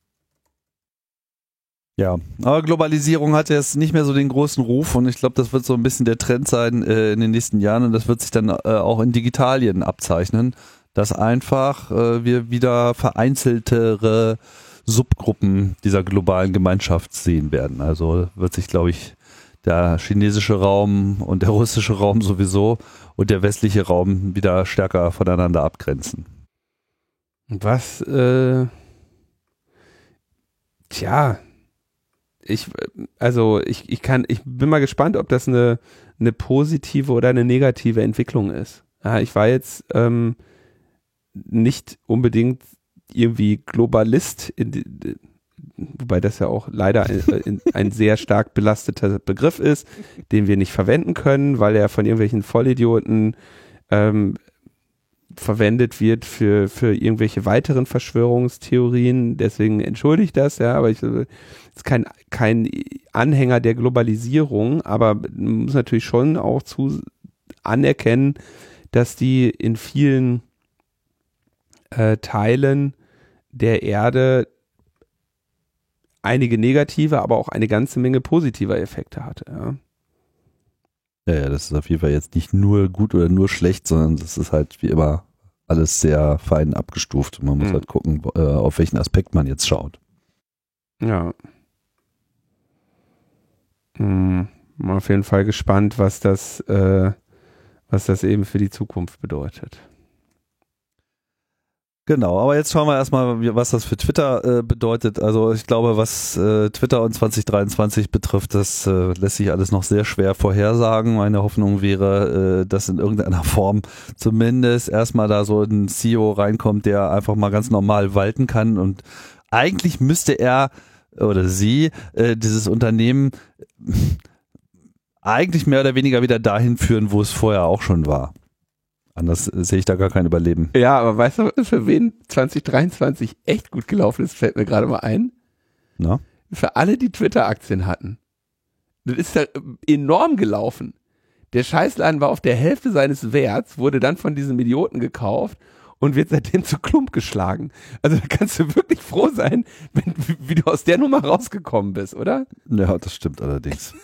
A: Ja, aber Globalisierung hat jetzt nicht mehr so den großen Ruf und ich glaube, das wird so ein bisschen der Trend sein äh, in den nächsten Jahren und das wird sich dann äh, auch in Digitalien abzeichnen, dass einfach äh, wir wieder vereinzeltere Subgruppen dieser globalen Gemeinschaft sehen werden. Also wird sich, glaube ich, der chinesische Raum und der russische Raum sowieso und der westliche Raum wieder stärker voneinander abgrenzen.
B: Was, äh, tja, ich, also ich, ich kann, ich bin mal gespannt, ob das eine, eine positive oder eine negative Entwicklung ist. Ja, ich war jetzt ähm, nicht unbedingt irgendwie Globalist, in, wobei das ja auch leider ein, ein, ein sehr stark belasteter Begriff ist, den wir nicht verwenden können, weil er von irgendwelchen Vollidioten ähm, verwendet wird für, für irgendwelche weiteren Verschwörungstheorien. Deswegen entschuldige ich das, ja, aber ich bin kein, kein Anhänger der Globalisierung, aber man muss natürlich schon auch zu anerkennen, dass die in vielen äh, Teilen der Erde einige negative, aber auch eine ganze Menge positiver Effekte hatte. Ja.
A: Ja, ja, das ist auf jeden Fall jetzt nicht nur gut oder nur schlecht, sondern das ist halt wie immer alles sehr fein abgestuft. Und man muss
B: Mhm.
A: halt gucken, äh, auf welchen Aspekt man jetzt schaut.
B: Ja. Hm, mal auf jeden Fall gespannt, was das, äh, was das eben für die Zukunft bedeutet.
A: Genau, aber jetzt schauen wir erstmal, wie- was das für Twitter äh, bedeutet. Also ich glaube, was äh, Twitter und zwanzig dreiundzwanzig betrifft, das äh, lässt sich alles noch sehr schwer vorhersagen. Meine Hoffnung wäre, äh, dass in irgendeiner Form zumindest erstmal da so ein C E O reinkommt, der einfach mal ganz normal walten kann. Und eigentlich müsste er oder sie äh, dieses Unternehmen eigentlich mehr oder weniger wieder dahin führen, wo es vorher auch schon war. Anders äh, sehe ich da gar kein Überleben.
B: Ja, aber weißt du, für wen zwanzig dreiundzwanzig echt gut gelaufen ist, fällt mir gerade mal ein.
A: Na?
B: Für alle, die Twitter-Aktien hatten. Das ist ja enorm gelaufen. Der Scheißladen war auf der Hälfte seines Werts, wurde dann von diesem Idioten gekauft und wird seitdem zu Klump geschlagen. Also da kannst du wirklich froh sein, wenn, wie, wie du aus der Nummer rausgekommen bist, oder?
A: Ja, das stimmt allerdings.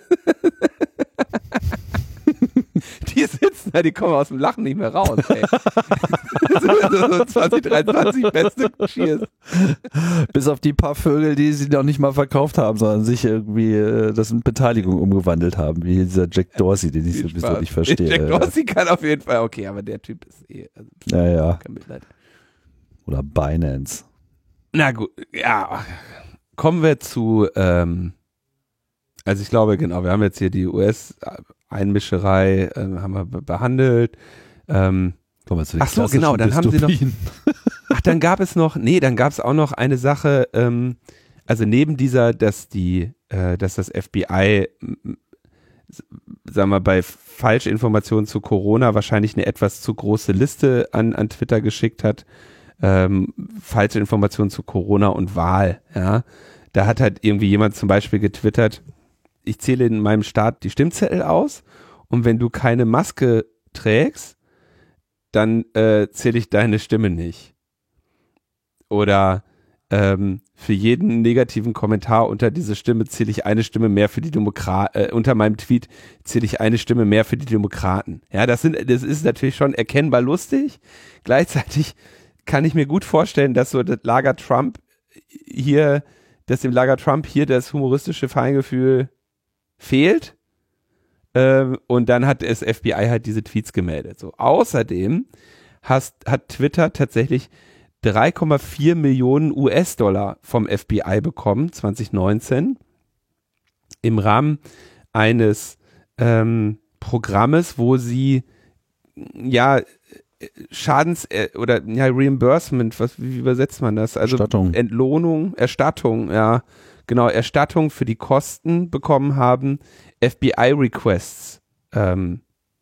B: Die sitzen da, die kommen aus dem Lachen nicht mehr raus, ey. so, so zwanzig dreiundzwanzig beste Cheers.
A: Bis auf die paar Vögel, die sie noch nicht mal verkauft haben, sondern sich irgendwie äh, das in Beteiligung umgewandelt haben, wie dieser Jack Dorsey, den ich sowieso nicht verstehe.
B: Jack Dorsey kann auf jeden Fall, okay, aber der Typ ist eh, also,
A: ja, ja.
B: Kein Mitleid.
A: Oder Binance.
B: Na gut, ja, kommen wir zu, ähm, also ich glaube, genau, wir haben jetzt hier die U S-Einmischerei, äh, haben wir be- behandelt. Ähm,
A: Kommen wir zu den
B: ach so, genau, dann haben sie noch, ach, dann gab es noch, nee, dann gab es auch noch eine Sache, ähm, also neben dieser, dass die, äh, dass das F B I, m, sagen wir, bei Falschinformationen zu Corona wahrscheinlich eine etwas zu große Liste an, an Twitter geschickt hat, ähm, falsche Informationen zu Corona und Wahl, ja. Da hat halt irgendwie jemand zum Beispiel getwittert, ich zähle in meinem Staat die Stimmzettel aus und wenn du keine Maske trägst, dann äh, zähle ich deine Stimme nicht. Oder ähm, für jeden negativen Kommentar unter diese Stimme zähle ich eine Stimme mehr für die Demokraten, äh, unter meinem Tweet zähle ich eine Stimme mehr für die Demokraten. Ja, das sind, das ist natürlich schon erkennbar lustig. Gleichzeitig kann ich mir gut vorstellen, dass so das Lager Trump hier, dass dem Lager Trump hier das humoristische Feingefühl fehlt. Ähm, und dann hat das F B I halt diese Tweets gemeldet. So. Außerdem hast, hat Twitter tatsächlich drei Komma vier Millionen U S-Dollar vom F B I bekommen, zwanzig neunzehn, im Rahmen eines ähm, Programmes, wo sie ja Schadens- oder ja, Reimbursement, was, wie übersetzt man das? Also
A: Erstattung.
B: Entlohnung, Erstattung, ja, genau, Erstattung für die Kosten bekommen haben, F B I-Requests ähm,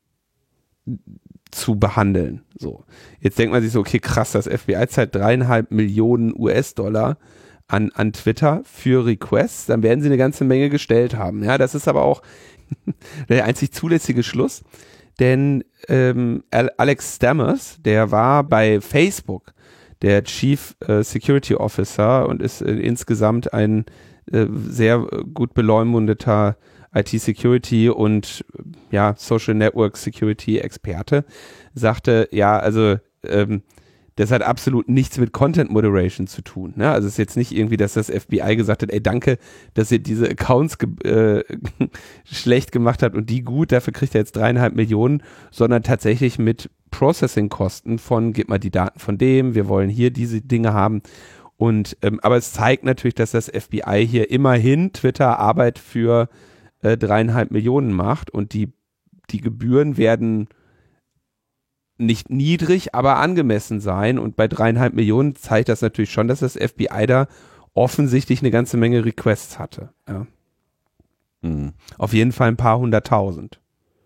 B: zu behandeln. So. Jetzt denkt man sich so, okay, krass, das F B I zahlt dreieinhalb Millionen U S-Dollar an, an Twitter für Requests, dann werden sie eine ganze Menge gestellt haben. Ja, das ist aber auch der einzig zulässige Schluss, denn ähm, Alex Stammers, der war bei Facebook der Chief äh, Security Officer und ist äh, insgesamt ein äh, sehr gut beleumundeter I T-Security und ja, Social Network Security Experte, sagte, ja, also ähm, das hat absolut nichts mit Content Moderation zu tun. Ne? Also es ist jetzt nicht irgendwie, dass das F B I gesagt hat, ey, danke, dass ihr diese Accounts ge- äh, schlecht gemacht habt und die gut, dafür kriegt er jetzt dreieinhalb Millionen, sondern tatsächlich mit Processing-Kosten von, gib mal die Daten von dem, wir wollen hier diese Dinge haben. Und ähm, aber es zeigt natürlich, dass das F B I hier immerhin Twitter Arbeit für äh, dreieinhalb Millionen macht und die, die Gebühren werden nicht niedrig, aber angemessen sein. Und bei dreieinhalb Millionen zeigt das natürlich schon, dass das F B I da offensichtlich eine ganze Menge Requests hatte. Ja.
A: Mhm.
B: Auf jeden Fall ein paar hunderttausend.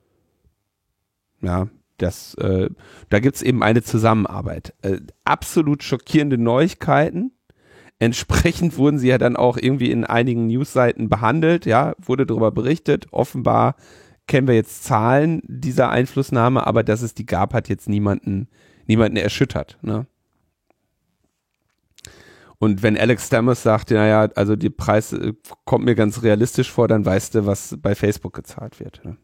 B: Ja, das, äh, da gibt's eben eine Zusammenarbeit. Äh, absolut schockierende Neuigkeiten. Entsprechend wurden sie ja dann auch irgendwie in einigen Newsseiten behandelt, ja, wurde darüber berichtet. Offenbar kennen wir jetzt Zahlen dieser Einflussnahme, aber dass es die gab, hat jetzt niemanden, niemanden erschüttert. Ne? Und wenn Alex Stammers sagt, naja, also die Preis äh, kommt mir ganz realistisch vor, dann weißt du, was bei Facebook gezahlt wird. Ne?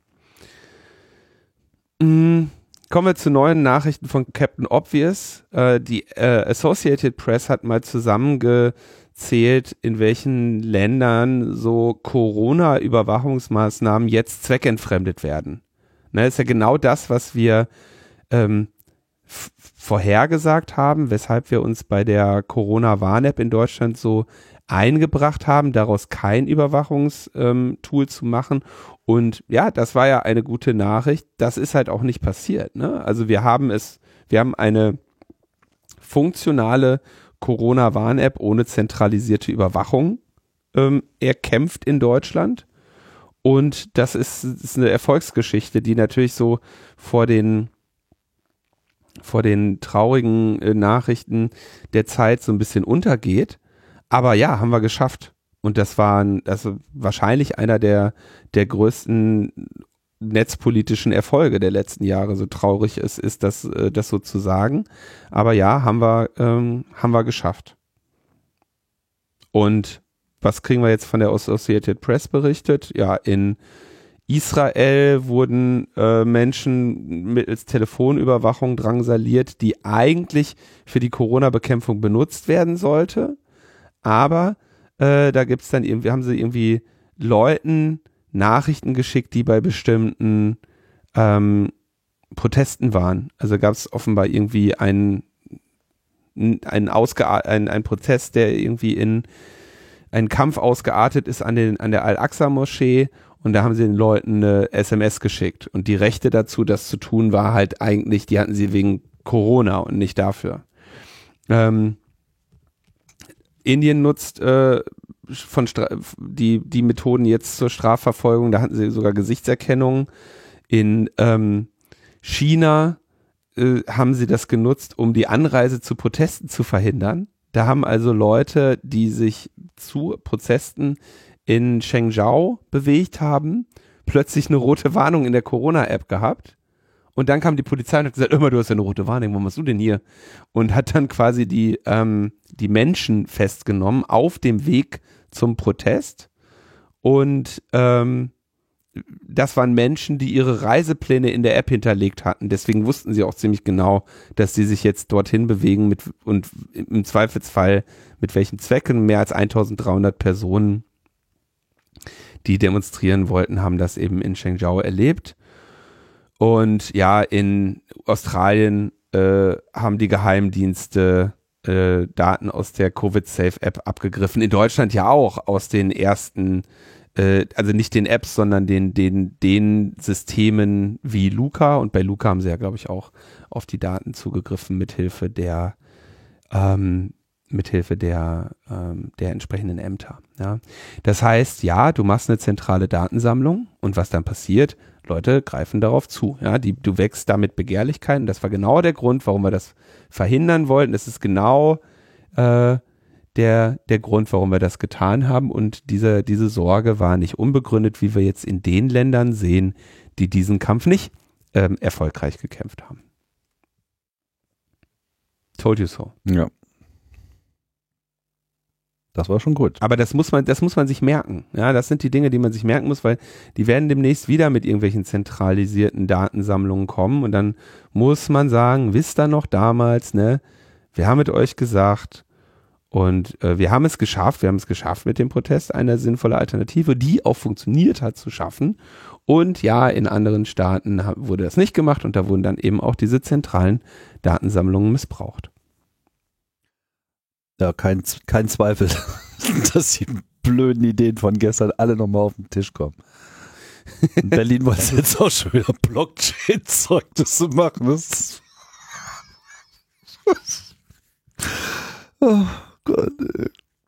B: Mhm. Kommen wir zu neuen Nachrichten von Captain Obvious. Äh, die äh, Associated Press hat mal zusammengezählt, in welchen Ländern so Corona-Überwachungsmaßnahmen jetzt zweckentfremdet werden. Ne, ist ja genau das, was wir ähm, f- vorhergesagt haben, weshalb wir uns bei der Corona-Warn-App in Deutschland so eingebracht haben, daraus kein Überwachungstool ähm, zu machen. Und ja, das war ja eine gute Nachricht. Das ist halt auch nicht passiert. Ne? Also wir haben es, wir haben eine funktionale Corona-Warn-App ohne zentralisierte Überwachung ähm, erkämpft in Deutschland. Und das ist, ist eine Erfolgsgeschichte, die natürlich so vor den vor den traurigen äh, Nachrichten der Zeit so ein bisschen untergeht. Aber ja, haben wir geschafft. Und das war ein, also wahrscheinlich einer der, der größten netzpolitischen Erfolge der letzten Jahre, so traurig es ist, das, äh, das so zu sagen. Aber ja, haben wir, ähm, haben wir geschafft. Und was kriegen wir jetzt von der Associated Press berichtet? Ja, in Israel wurden äh, Menschen mittels Telefonüberwachung drangsaliert, die eigentlich für die Corona-Bekämpfung benutzt werden sollte. Aber äh, da gibt's dann irgendwie, haben sie irgendwie Leuten Nachrichten geschickt, die bei bestimmten ähm, Protesten waren. Also gab es offenbar irgendwie einen, einen, ausge einen, einen Protest, der irgendwie in einen Kampf ausgeartet ist an, den, an der Al-Aqsa-Moschee. Und da haben sie den Leuten eine S M S geschickt. Und die Rechte dazu, das zu tun, war halt eigentlich, die hatten sie wegen Corona und nicht dafür. Ähm, Indien nutzt äh, von Stra- die, die Methoden jetzt zur Strafverfolgung. Da hatten sie sogar Gesichtserkennung. In ähm, China äh, haben sie das genutzt, um die Anreise zu Protesten zu verhindern. Da haben also Leute, die sich zu Protesten in Zhengzhou bewegt haben, plötzlich eine rote Warnung in der Corona-App gehabt. Und dann kam die Polizei und hat gesagt, immer, du hast ja eine rote Warnung, was machst du denn hier? Und hat dann quasi die, ähm, die Menschen festgenommen auf dem Weg zum Protest. Und ähm, das waren Menschen, die ihre Reisepläne in der App hinterlegt hatten. Deswegen wussten sie auch ziemlich genau, dass sie sich jetzt dorthin bewegen mit, und im Zweifelsfall mit welchen Zwecken. Mehr als eintausenddreihundert Personen, die demonstrieren wollten, haben das eben in Zhengzhou erlebt. Und ja, in Australien äh, haben die Geheimdienste äh, Daten aus der Covid-Safe-App abgegriffen. In Deutschland ja auch aus den ersten, äh, also nicht den Apps, sondern den, den, den Systemen wie Luca. Und bei Luca haben sie ja, glaube ich, auch auf die Daten zugegriffen mithilfe der ähm, mithilfe der, ähm, der entsprechenden Ämter. Ja. Das heißt, ja, du machst eine zentrale Datensammlung und was dann passiert, Leute greifen darauf zu. Ja, die, du wächst damit Begehrlichkeiten. Das war genau der Grund, warum wir das verhindern wollten. Das ist genau äh, der, der Grund, warum wir das getan haben. Und diese, diese Sorge war nicht unbegründet, wie wir jetzt in den Ländern sehen, die diesen Kampf nicht ähm, erfolgreich gekämpft haben. Told you so.
A: Ja. Das war schon gut.
B: Aber das muss man, das muss man sich merken. Ja, das sind die Dinge, die man sich merken muss, weil die werden demnächst wieder mit irgendwelchen zentralisierten Datensammlungen kommen und dann muss man sagen, wisst ihr noch damals, ne, wir haben mit euch gesagt und äh, wir haben es geschafft, wir haben es geschafft mit dem Protest, eine sinnvolle Alternative, die auch funktioniert hat, zu schaffen. Und ja, in anderen Staaten wurde das nicht gemacht und da wurden dann eben auch diese zentralen Datensammlungen missbraucht.
A: Ja, kein, kein Zweifel, dass die blöden Ideen von gestern alle nochmal auf den Tisch kommen. In Berlin wollen sie jetzt auch schon wieder Blockchain-Zeug das zu machen. Das oh Gott, ey.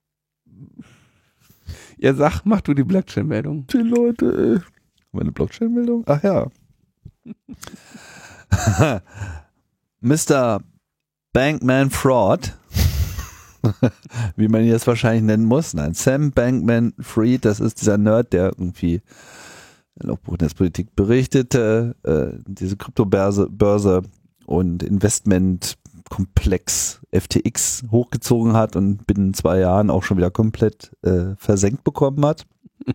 B: Ja, sag, mach du die Blockchain-Meldung.
A: Die Leute, ey. Meine Blockchain-Meldung? Ach ja. Mister Bankman Fraud, wie man ihn jetzt wahrscheinlich nennen muss. Nein, Sam Bankman-Fried, das ist dieser Nerd, der irgendwie auf Bundespolitik berichtete, äh, diese Kryptobörse Börse und Investmentkomplex F T X hochgezogen hat und binnen zwei Jahren auch schon wieder komplett äh, versenkt bekommen hat.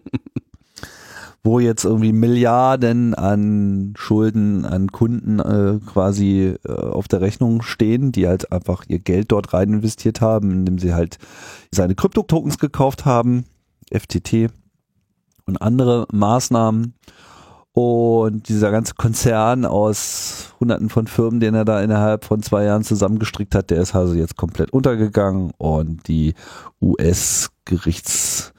A: Wo jetzt irgendwie Milliarden an Schulden an Kunden äh, quasi äh, auf der Rechnung stehen, die halt einfach ihr Geld dort rein investiert haben, indem sie halt seine Krypto-Tokens gekauft haben, F T T und andere Maßnahmen. Und dieser ganze Konzern aus hunderten von Firmen, den er da innerhalb von zwei Jahren zusammengestrickt hat, der ist also jetzt komplett untergegangen und die U S-Gerichtsmaschine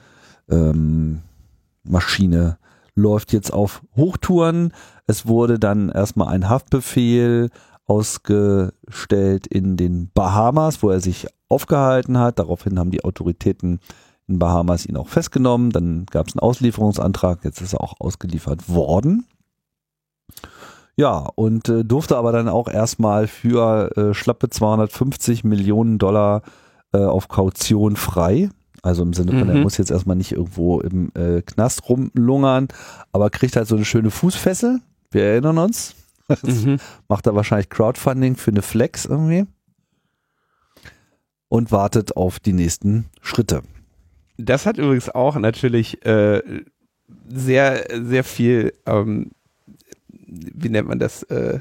A: ähm, läuft jetzt auf Hochtouren. Es wurde dann erstmal ein Haftbefehl ausgestellt in den Bahamas, wo er sich aufgehalten hat. Daraufhin haben die Autoritäten in Bahamas ihn auch festgenommen. Dann gab es einen Auslieferungsantrag. Jetzt ist er auch ausgeliefert worden. Ja, und äh, durfte aber dann auch erstmal für äh, schlappe zweihundertfünfzig Millionen Dollar äh, auf Kaution frei. Also im Sinne von,
B: Mhm.
A: er muss jetzt erstmal nicht irgendwo im äh, Knast rumlungern, aber kriegt halt so eine schöne Fußfessel. Wir erinnern uns.
B: Mhm.
A: Macht er wahrscheinlich Crowdfunding für eine Flex irgendwie. Und wartet auf die nächsten Schritte.
B: Das hat übrigens auch natürlich äh, sehr, sehr viel, ähm, wie nennt man das, äh,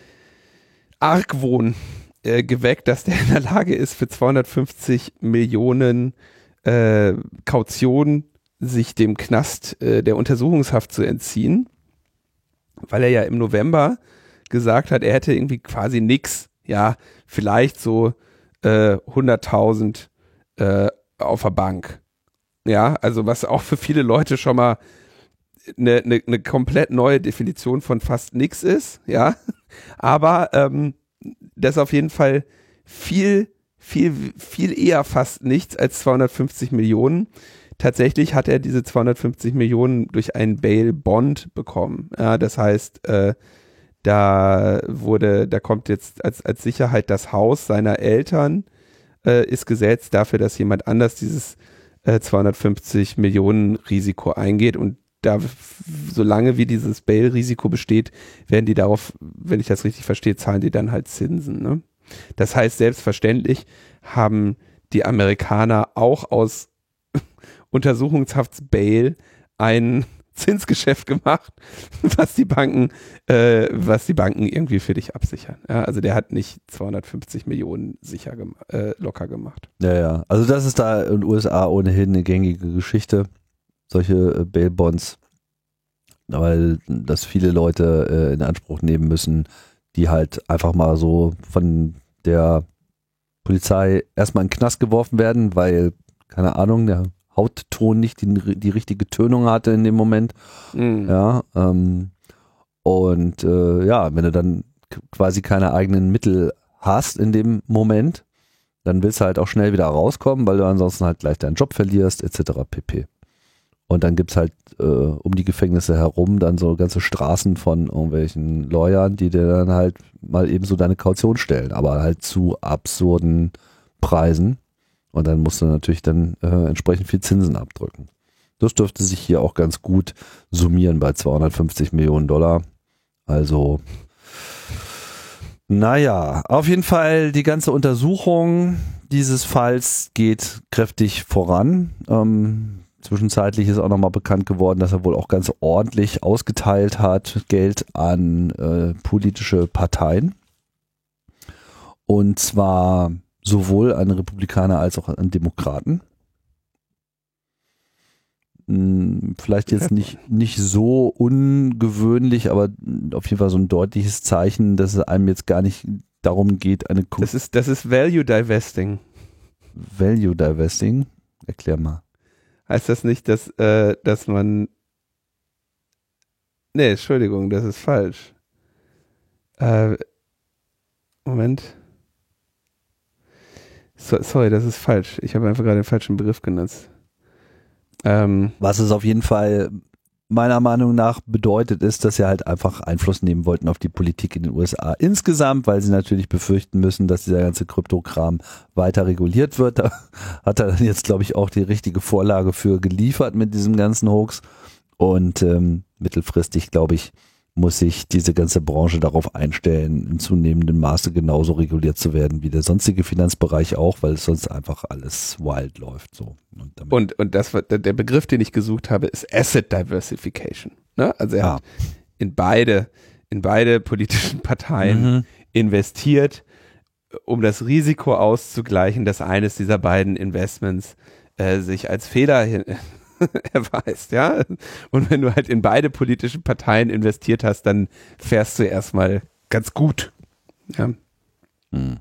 B: Argwohn äh, geweckt, dass der in der Lage ist, für zweihundertfünfzig Millionen äh, Kaution sich dem Knast äh, der Untersuchungshaft zu entziehen, weil er ja im November gesagt hat, er hätte irgendwie quasi nix, ja, vielleicht so äh, hunderttausend äh, auf der Bank. Ja, also was auch für viele Leute schon mal eine, eine, eine komplett neue Definition von fast nix ist, ja, aber ähm, das ist auf jeden Fall viel, viel, viel eher fast nichts als zweihundertfünfzig Millionen. Tatsächlich hat er diese zweihundertfünfzig Millionen durch einen Bail-Bond bekommen. Ja, das heißt, äh, da wurde, da kommt jetzt als, als Sicherheit das Haus seiner Eltern, äh, ist gesetzt dafür, dass jemand anders dieses äh, zweihundertfünfzig Millionen Risiko eingeht, und da, solange wie dieses Bail-Risiko besteht, werden die darauf, wenn ich das richtig verstehe, zahlen die dann halt Zinsen. Ne? Das heißt, selbstverständlich haben die Amerikaner auch aus Untersuchungshafts-Bail ein Zinsgeschäft gemacht, was die Banken, äh, was die Banken irgendwie für dich absichern. Ja, also der hat nicht zweihundertfünfzig Millionen sicher gem- äh, locker gemacht.
A: Ja, ja. Also das ist da in den U S A ohnehin eine gängige Geschichte. Solche äh, Bail-Bonds, weil das viele Leute äh, in Anspruch nehmen müssen, die halt einfach mal so von der Polizei erstmal in den Knast geworfen werden, weil, keine Ahnung, der Hautton nicht die, die richtige Tönung hatte in dem Moment.
B: Mhm.
A: Ja, ähm, und äh, ja, wenn du dann k- quasi keine eigenen Mittel hast in dem Moment, dann willst du halt auch schnell wieder rauskommen, weil du ansonsten halt gleich deinen Job verlierst, et cetera pp. Und dann gibt's halt äh, um die Gefängnisse herum dann so ganze Straßen von irgendwelchen Lawyern, die dir dann halt mal eben so deine Kaution stellen, aber halt zu absurden Preisen. Und dann musst du natürlich dann äh, entsprechend viel Zinsen abdrücken. Das dürfte sich hier auch ganz gut summieren bei zweihundertfünfzig Millionen Dollar. Also, naja, auf jeden Fall die ganze Untersuchung dieses Falls geht kräftig voran. Ähm, Zwischenzeitlich ist auch nochmal bekannt geworden, dass er wohl auch ganz ordentlich ausgeteilt hat, Geld an äh, politische Parteien. Und zwar sowohl an Republikaner als auch an Demokraten. Hm, vielleicht jetzt nicht, nicht so ungewöhnlich, aber auf jeden Fall so ein deutliches Zeichen, dass es einem jetzt gar nicht darum geht, eine Ko-
B: Das ist, das ist Value Divesting.
A: Value Divesting. Erklär mal.
B: Heißt das nicht, dass, äh, dass man. Nee, Entschuldigung, das ist falsch. Äh, Moment. So, sorry, das ist falsch. Ich habe einfach gerade den falschen Begriff genutzt. Ähm,
A: Was es auf jeden Fall meiner Meinung nach bedeutet, ist, dass sie halt einfach Einfluss nehmen wollten auf die Politik in den U S A insgesamt, weil sie natürlich befürchten müssen, dass dieser ganze Kryptokram weiter reguliert wird. Da hat er dann jetzt, glaube ich, auch die richtige Vorlage für geliefert mit diesem ganzen Hoax. Und ähm, mittelfristig, glaube ich, muss sich diese ganze Branche darauf einstellen, in zunehmendem Maße genauso reguliert zu werden wie der sonstige Finanzbereich auch, weil es sonst einfach alles wild läuft. So. Und, damit
B: und, und das war der Begriff, den ich gesucht habe, ist Asset Diversification. Ne? Also er
A: Ah.
B: hat in beide, in beide politischen Parteien
A: Mhm.
B: investiert, um das Risiko auszugleichen, dass eines dieser beiden Investments äh, sich als Fehler hin erweist, ja. Und wenn du halt in beide politischen Parteien investiert hast, dann fährst du erstmal ganz gut. Ja.
A: Hm.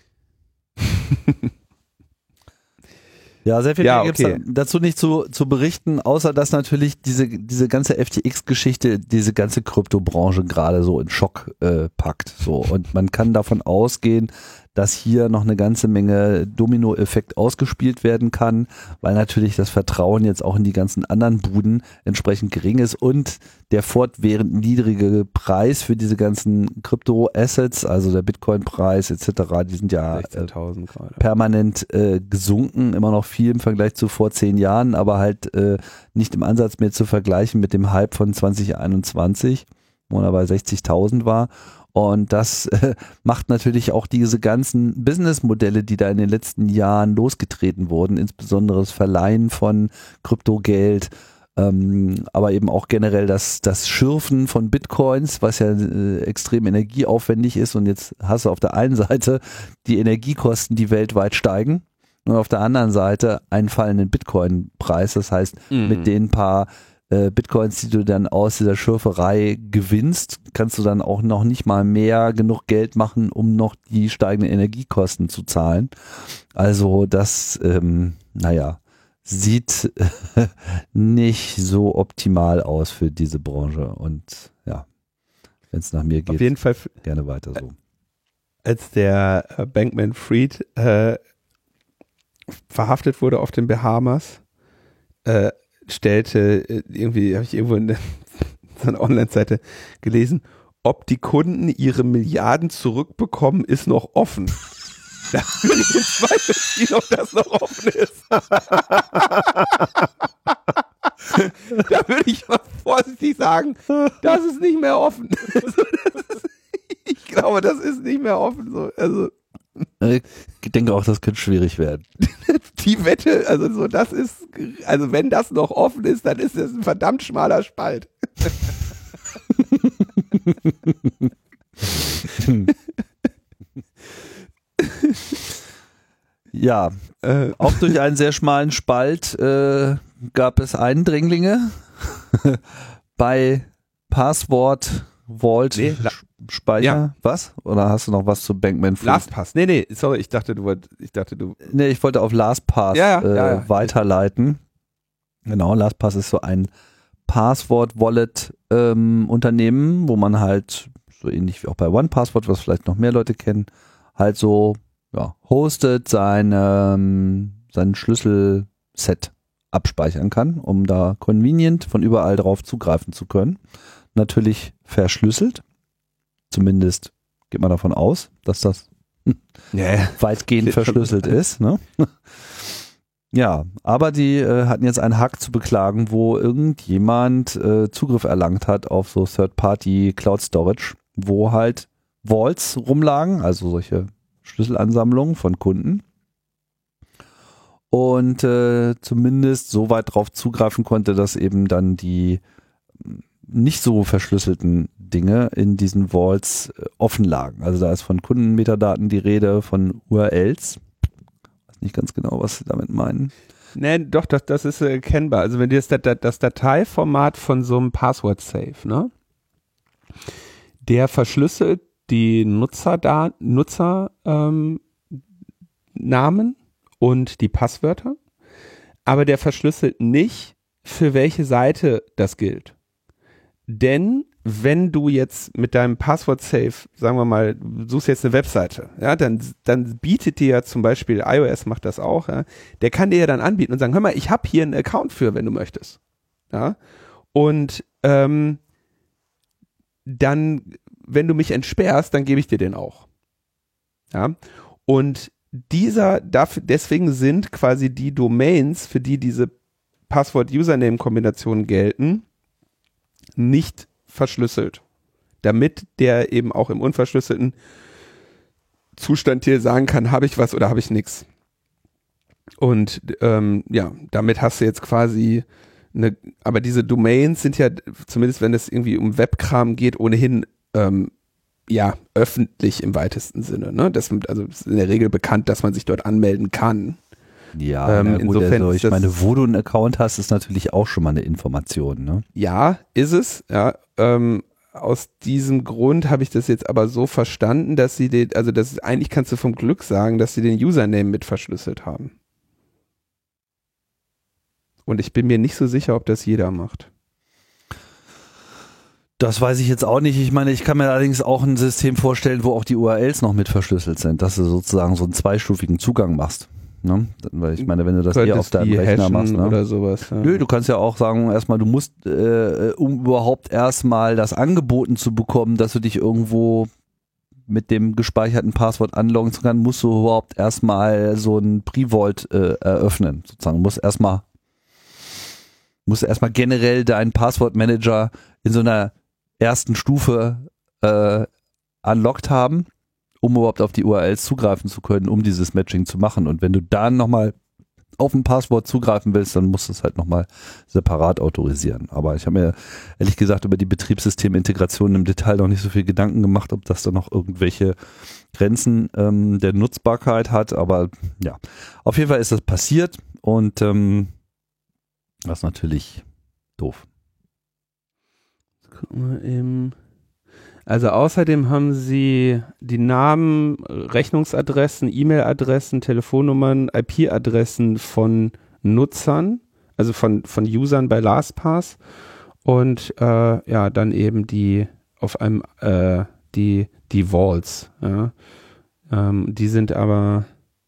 A: Ja, sehr viel
B: Ja,
A: mehr
B: okay.
A: gibt's dazu nicht zu, zu berichten, außer dass natürlich diese, diese ganze F T X-Geschichte, diese ganze Kryptobranche gerade so in Schock äh, packt. So. Und man kann davon ausgehen, dass hier noch eine ganze Menge Dominoeffekt ausgespielt werden kann, weil natürlich das Vertrauen jetzt auch in die ganzen anderen Buden entsprechend gering ist und der fortwährend niedrige Preis für diese ganzen Krypto-Assets, also der Bitcoin-Preis et cetera, die sind ja äh, permanent äh, gesunken, immer noch viel im Vergleich zu vor zehn Jahren, aber halt äh, nicht im Ansatz mehr zu vergleichen mit dem Hype von zwanzig einundzwanzig, wo er bei sechzigtausend war. Und das äh, macht natürlich auch diese ganzen Businessmodelle, die da in den letzten Jahren losgetreten wurden, insbesondere das Verleihen von Kryptogeld, ähm, aber eben auch generell das, das Schürfen von Bitcoins, was ja äh, extrem energieaufwendig ist. Und jetzt hast du auf der einen Seite die Energiekosten, die weltweit steigen, und auf der anderen Seite einen fallenden Bitcoin-Preis. Das heißt, mhm. mit den paar Bitcoins, die du dann aus dieser Schürferei gewinnst, kannst du dann auch noch nicht mal mehr genug Geld machen, um noch die steigenden Energiekosten zu zahlen. Also das, ähm, naja, sieht nicht so optimal aus für diese Branche. Und ja, wenn es nach mir geht,
B: auf jeden Fall
A: gerne weiter so.
B: Als der äh, Bankman-Fried äh, verhaftet wurde auf den Bahamas, äh, stellte, irgendwie habe ich irgendwo in so einer Online-Seite gelesen, ob die Kunden ihre Milliarden zurückbekommen, ist noch offen. Da würde ich in Zweifel ziehen, ob das noch offen ist. Da würde ich mal vorsichtig sagen, das ist nicht mehr offen. Ich glaube, das ist nicht mehr offen. So. Also
A: ich denke auch, das könnte schwierig werden.
B: Die Wette, also so, das ist, also wenn das noch offen ist, dann ist das ein verdammt schmaler Spalt.
A: Ja, äh, auch durch einen sehr schmalen Spalt äh, gab es Eindringlinge bei Passwort Vault
B: nee,
A: Speicher. Ja. Was? Oder hast du noch was zu Bankman-Fried?
B: LastPass. Nee, nee, sorry, ich dachte, du wolltest, ich dachte, du.
A: Nee, ich wollte auf LastPass
B: ja, ja,
A: äh,
B: ja, ja.
A: weiterleiten. Genau, LastPass ist so ein Passwort-Wallet-Unternehmen, ähm, wo man halt, so ähnlich wie auch bei OnePassword, was vielleicht noch mehr Leute kennen, halt so, ja, hostet seine, sein Schlüsselset abspeichern kann, um da convenient von überall drauf zugreifen zu können. Natürlich verschlüsselt. Zumindest geht man davon aus, dass das
B: yeah.
A: weitgehend verschlüsselt ist. Ne? Ja, aber die äh, hatten jetzt einen Hack zu beklagen, wo irgendjemand äh, Zugriff erlangt hat auf so Third-Party Cloud Storage, wo halt Vaults rumlagen, also solche Schlüsselansammlungen von Kunden. Und äh, zumindest so weit drauf zugreifen konnte, dass eben dann die nicht so verschlüsselten Dinge in diesen Vaults äh, offen lagen. Also da ist von Kundenmetadaten die Rede, von U R Ls. Ich weiß nicht ganz genau, was sie damit meinen.
B: Nee, doch, das, das ist erkennbar. Also wenn dir das, das, das Dateiformat von so einem Password-Safe, ne, der verschlüsselt die Nutzerdaten, Nutzer, ähm, Namen und die Passwörter, aber der verschlüsselt nicht, für welche Seite das gilt. Denn wenn du jetzt mit deinem Passwort-Safe, sagen wir mal, du suchst jetzt eine Webseite, ja, dann, dann bietet dir ja zum Beispiel, iOS macht das auch, ja, der kann dir ja dann anbieten und sagen, hör mal, ich habe hier einen Account für, wenn du möchtest. Ja, und ähm, dann, wenn du mich entsperrst, dann gebe ich dir den auch. Ja, und dieser, dafür, deswegen sind quasi die Domains, für die diese Passwort-Username-Kombinationen gelten, nicht verschlüsselt, damit der eben auch im unverschlüsselten Zustand hier sagen kann, habe ich was oder habe ich nichts. Und ähm, ja, damit hast du jetzt quasi eine, aber diese Domains sind ja, zumindest wenn es irgendwie um Webkram geht, ohnehin ähm, ja öffentlich im weitesten Sinne. Ne? Das, also ist in der Regel bekannt, dass man sich dort anmelden kann.
A: Ja, ähm, gut, insofern also ich meine, wo du einen Account hast, ist natürlich auch schon mal eine Information, ne?
B: Ja, ist es, ja. Ähm, aus diesem Grund habe ich das jetzt aber so verstanden, dass sie den, also das ist, eigentlich kannst du vom Glück sagen, dass sie den Username mit verschlüsselt haben. Und ich bin mir nicht so sicher, ob das jeder macht.
A: Das weiß ich jetzt auch nicht. Ich meine, ich kann mir allerdings auch ein System vorstellen, wo auch die U R Ls noch mit verschlüsselt sind, dass du sozusagen so einen zweistufigen Zugang machst. Ne? Weil ich meine, wenn du das hier auf deinem Rechner machst, ne?
B: Oder sowas. Ja.
A: Nö, du kannst ja auch sagen, erstmal, du musst, äh, um überhaupt erstmal das angeboten zu bekommen, dass du dich irgendwo mit dem gespeicherten Passwort anloggen zu können, musst du überhaupt erstmal so ein Pre-Vault äh, eröffnen. Sozusagen, du musst erstmal musst erstmal generell deinen Passwortmanager in so einer ersten Stufe äh, unlocked haben, um überhaupt auf die U R Ls zugreifen zu können, um dieses Matching zu machen. Und wenn du dann nochmal auf ein Passwort zugreifen willst, dann musst du es halt nochmal separat autorisieren. Aber ich habe mir ehrlich gesagt über die Betriebssystemintegration im Detail noch nicht so viel Gedanken gemacht, ob das da noch irgendwelche Grenzen ähm, der Nutzbarkeit hat. Aber ja, auf jeden Fall ist das passiert und ähm, das ist natürlich doof.
B: Guck mal eben. Also außerdem haben sie die Namen, Rechnungsadressen, E-Mail-Adressen, Telefonnummern, I P-Adressen von Nutzern, also von, von Usern bei LastPass und äh, ja, dann eben die auf einem äh, die, die Vaults. Ja. Ähm, die sind aber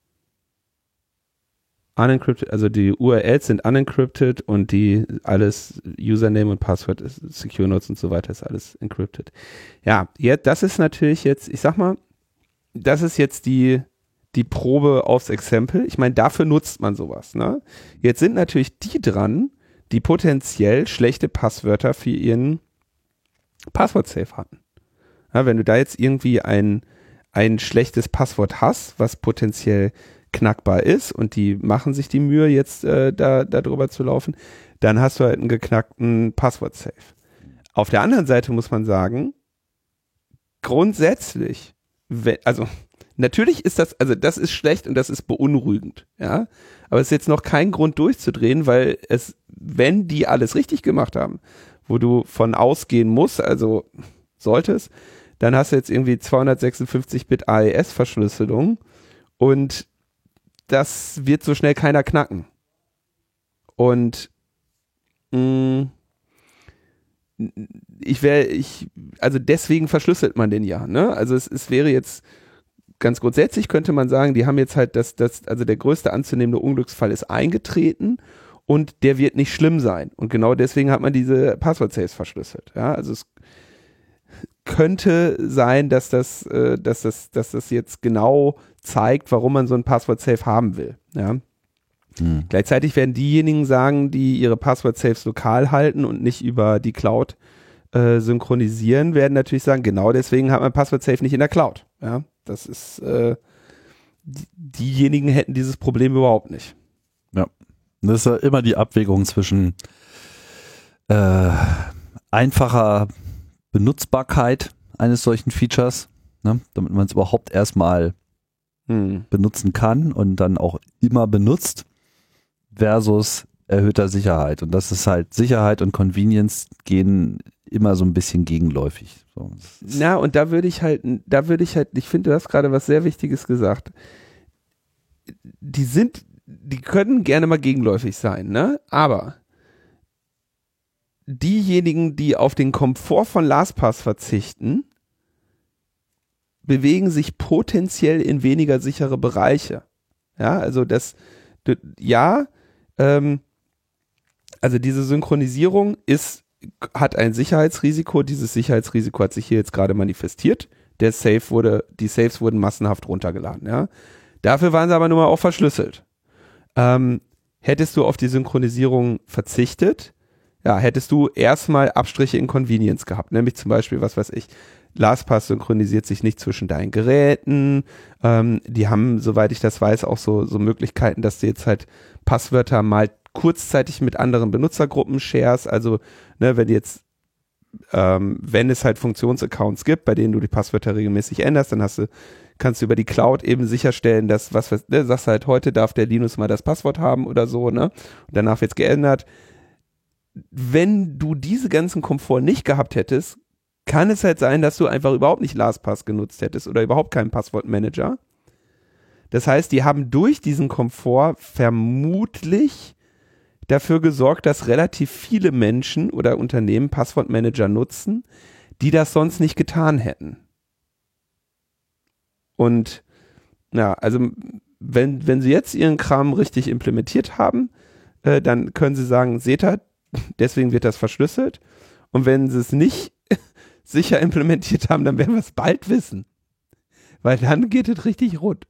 B: unencrypted, also die U R Ls sind unencrypted und die alles Username und Passwort ist Secure Notes und so weiter ist alles encrypted. Ja, jetzt, das ist natürlich jetzt, ich sag mal, das ist jetzt die, die Probe aufs Exempel. Ich meine, dafür nutzt man sowas, ne? Jetzt sind natürlich die dran, die potenziell schlechte Passwörter für ihren Passwort-Safe hatten. Ja, wenn du da jetzt irgendwie ein, ein schlechtes Passwort hast, was potenziell knackbar ist und die machen sich die Mühe, jetzt äh, da, da drüber zu laufen, dann hast du halt einen geknackten Passwort-Safe. Auf der anderen Seite muss man sagen, grundsätzlich, wenn, also natürlich ist das, also das ist schlecht und das ist beunruhigend, ja, aber es ist jetzt noch kein Grund durchzudrehen, weil es, wenn die alles richtig gemacht haben, wo du von ausgehen musst, also solltest, dann hast du jetzt irgendwie zweihundertsechsundfünfzig Bit A E S-Verschlüsselung und das wird so schnell keiner knacken. Und mh, ich wäre, ich, also deswegen verschlüsselt man den ja, ne? Also es, es wäre jetzt ganz grundsätzlich könnte man sagen, die haben jetzt halt das, das, also der größte anzunehmende Unglücksfall ist eingetreten und der wird nicht schlimm sein. Und genau deswegen hat man diese Passwort-Safes verschlüsselt. Ja, also es könnte sein, dass das, äh, dass das, dass das jetzt genau zeigt, warum man so ein Passwort-Safe haben will. Ja. Hm. Gleichzeitig werden diejenigen sagen, die ihre Passwort-Safes lokal halten und nicht über die Cloud äh, synchronisieren, werden natürlich sagen, genau deswegen hat man Passwort-Safe nicht in der Cloud. Ja. Das ist, äh, die, diejenigen hätten dieses Problem überhaupt nicht.
A: Ja. Das ist ja immer die Abwägung zwischen äh, einfacher Benutzbarkeit eines solchen Features, ne, damit man es überhaupt erstmal hm. benutzen kann und dann auch immer benutzt, versus erhöhter Sicherheit. Und das ist halt, Sicherheit und Convenience gehen immer so ein bisschen gegenläufig. So.
B: Na, und da würde ich halt, da würde ich halt, ich finde, du hast gerade was sehr Wichtiges gesagt. Die sind, die können gerne mal gegenläufig sein, ne? Aber diejenigen, die auf den Komfort von LastPass verzichten, bewegen sich potenziell in weniger sichere Bereiche. Ja, also das, ja, ähm, also diese Synchronisierung ist, hat ein Sicherheitsrisiko. Dieses Sicherheitsrisiko hat sich hier jetzt gerade manifestiert. Der Safe wurde, die Safes wurden massenhaft runtergeladen. Ja, dafür waren sie aber nun mal auch verschlüsselt. Ähm, hättest du auf die Synchronisierung verzichtet, ja, hättest du erstmal Abstriche in Convenience gehabt, nämlich zum Beispiel, was weiß ich, LastPass synchronisiert sich nicht zwischen deinen Geräten, ähm, die haben, soweit ich das weiß, auch so, so Möglichkeiten, dass du jetzt halt Passwörter mal kurzzeitig mit anderen Benutzergruppen shares, also ne, wenn jetzt, ähm, wenn es halt Funktionsaccounts gibt, bei denen du die Passwörter regelmäßig änderst, dann hast du, kannst du über die Cloud eben sicherstellen, dass, was, was ne, sagst halt, heute darf der Linus mal das Passwort haben oder so, ne, und danach wird's geändert. Wenn du diese ganzen Komfort nicht gehabt hättest, kann es halt sein, dass du einfach überhaupt nicht LastPass genutzt hättest oder überhaupt keinen Passwortmanager. Das heißt, die haben durch diesen Komfort vermutlich dafür gesorgt, dass relativ viele Menschen oder Unternehmen Passwortmanager nutzen, die das sonst nicht getan hätten. Und ja, also wenn, wenn sie jetzt ihren Kram richtig implementiert haben, äh, dann können sie sagen, seht ihr, deswegen wird das verschlüsselt. Und wenn sie es nicht sicher implementiert haben, dann werden wir es bald wissen. Weil dann geht es richtig rund.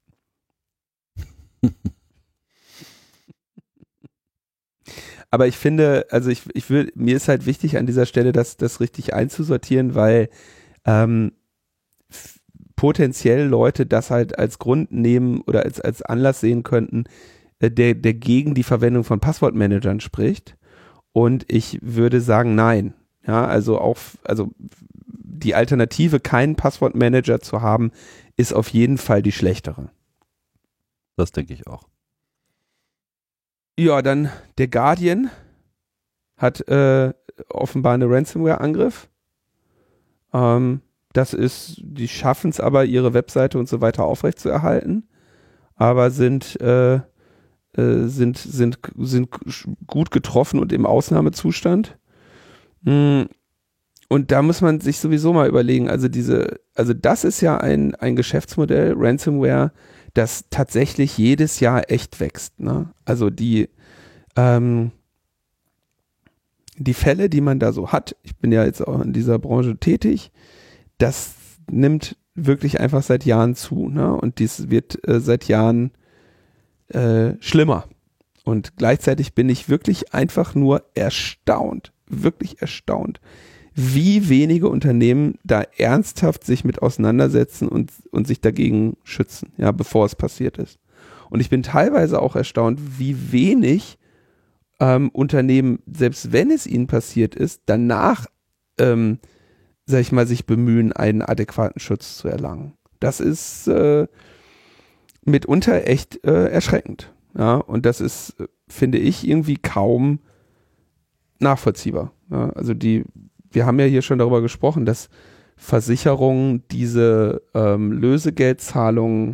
B: Aber ich finde, also ich, ich will, mir ist halt wichtig an dieser Stelle, das, das richtig einzusortieren, weil ähm, f- potenziell Leute das halt als Grund nehmen oder als, als Anlass sehen könnten, äh, der, der gegen die Verwendung von Passwortmanagern spricht. Und ich würde sagen, nein. Ja, also auch, also die Alternative, keinen Passwortmanager zu haben, ist auf jeden Fall die schlechtere.
A: Das denke ich auch.
B: Ja, dann der Guardian hat äh, offenbar eine Ransomware-Angriff. Ähm, das ist, die schaffen es aber, ihre Webseite und so weiter aufrechtzuerhalten, aber sind, äh, äh, sind, sind, sind gut getroffen und im Ausnahmezustand. Mm. Und da muss man sich sowieso mal überlegen, also diese, also das ist ja ein, ein Geschäftsmodell, Ransomware, das tatsächlich jedes Jahr echt wächst. Ne? Also die, ähm, die Fälle, die man da so hat, ich bin ja jetzt auch in dieser Branche tätig, das nimmt wirklich einfach seit Jahren zu. Ne? Und dies wird äh, seit Jahren äh, schlimmer. Und gleichzeitig bin ich wirklich einfach nur erstaunt, wirklich erstaunt, wie wenige Unternehmen da ernsthaft sich mit auseinandersetzen und, und sich dagegen schützen, ja, bevor es passiert ist. Und ich bin teilweise auch erstaunt, wie wenig ähm, Unternehmen, selbst wenn es ihnen passiert ist, danach, ähm, sag ich mal, sich bemühen, einen adäquaten Schutz zu erlangen. Das ist äh, mitunter echt äh, erschreckend. Ja, und das ist, finde ich, irgendwie kaum nachvollziehbar. Ja, also die Wir haben ja hier schon darüber gesprochen, dass Versicherungen diese ähm, Lösegeldzahlungen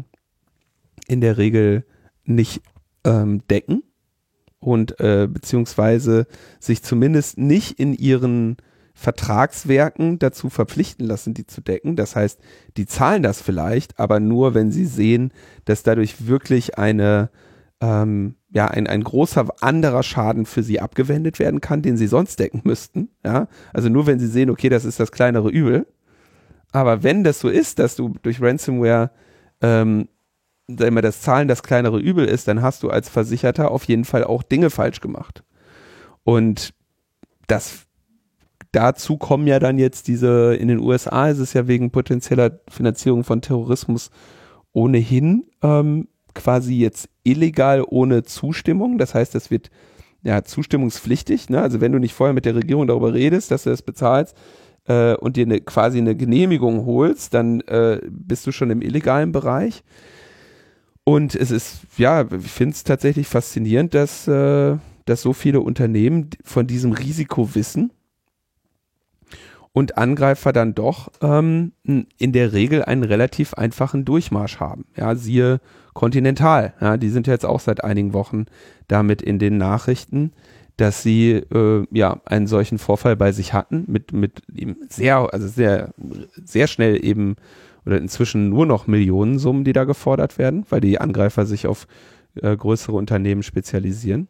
B: in der Regel nicht ähm, decken und äh, beziehungsweise sich zumindest nicht in ihren Vertragswerken dazu verpflichten lassen, die zu decken. Das heißt, die zahlen das vielleicht, aber nur, wenn sie sehen, dass dadurch wirklich eine ähm, ja, ein, ein großer anderer Schaden für sie abgewendet werden kann, den sie sonst decken müssten. Ja, also nur wenn sie sehen, okay, das ist das kleinere Übel. Aber wenn das so ist, dass du durch Ransomware, ähm, sag mal, das Zahlen das kleinere Übel ist, dann hast du als Versicherter auf jeden Fall auch Dinge falsch gemacht. Und das, dazu kommen ja dann jetzt diese, in den U S A ist es ja wegen potenzieller Finanzierung von Terrorismus ohnehin ähm, quasi jetzt illegal ohne Zustimmung. Das heißt, das wird ja zustimmungspflichtig. Ne? Also wenn du nicht vorher mit der Regierung darüber redest, dass du das bezahlst äh, und dir eine, quasi eine Genehmigung holst, dann äh, bist du schon im illegalen Bereich. Und es ist, ja, ich finde es tatsächlich faszinierend, dass, äh, dass so viele Unternehmen von diesem Risiko wissen und Angreifer dann doch ähm, in der Regel einen relativ einfachen Durchmarsch haben. Ja, siehe Continental, ja, die sind jetzt auch seit einigen Wochen damit in den Nachrichten, dass sie äh, ja einen solchen Vorfall bei sich hatten, mit mit eben sehr, also sehr, sehr schnell eben oder inzwischen nur noch Millionensummen, die da gefordert werden, weil die Angreifer sich auf äh, größere Unternehmen spezialisieren.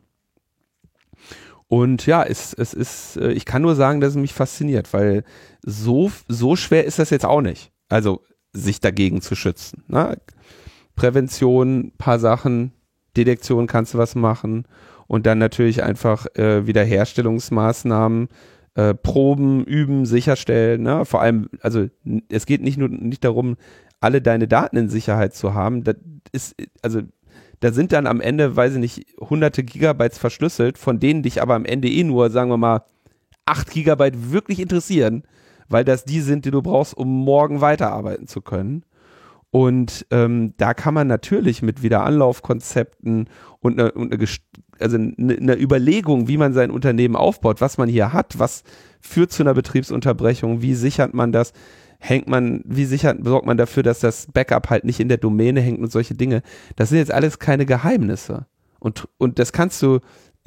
B: Und ja, es, es ist, ich kann nur sagen, dass es mich fasziniert, weil so, so schwer ist das jetzt auch nicht. Also, sich dagegen zu schützen. Ne? Prävention, paar Sachen, Detektion kannst du was machen und dann natürlich einfach äh, Wiederherstellungsmaßnahmen, äh, Proben, üben, sicherstellen. Ne? Vor allem, also es geht nicht nur nicht darum, alle deine Daten in Sicherheit zu haben. Das ist, also da sind dann am Ende, weiß ich nicht, hunderte Gigabytes verschlüsselt, von denen dich aber am Ende eh nur, sagen wir mal, acht Gigabyte wirklich interessieren, weil das die sind, die du brauchst, um morgen weiterarbeiten zu können. Und ähm, da kann man natürlich mit Wiederanlaufkonzepten und eine, und eine, also eine, eine Überlegung, wie man sein Unternehmen aufbaut, was man hier hat, was führt zu einer Betriebsunterbrechung, wie sichert man das, hängt man, wie sichert, sorgt man dafür, dass das Backup halt nicht in der Domäne hängt und solche Dinge. Das sind jetzt alles keine Geheimnisse. Und, und das kannst du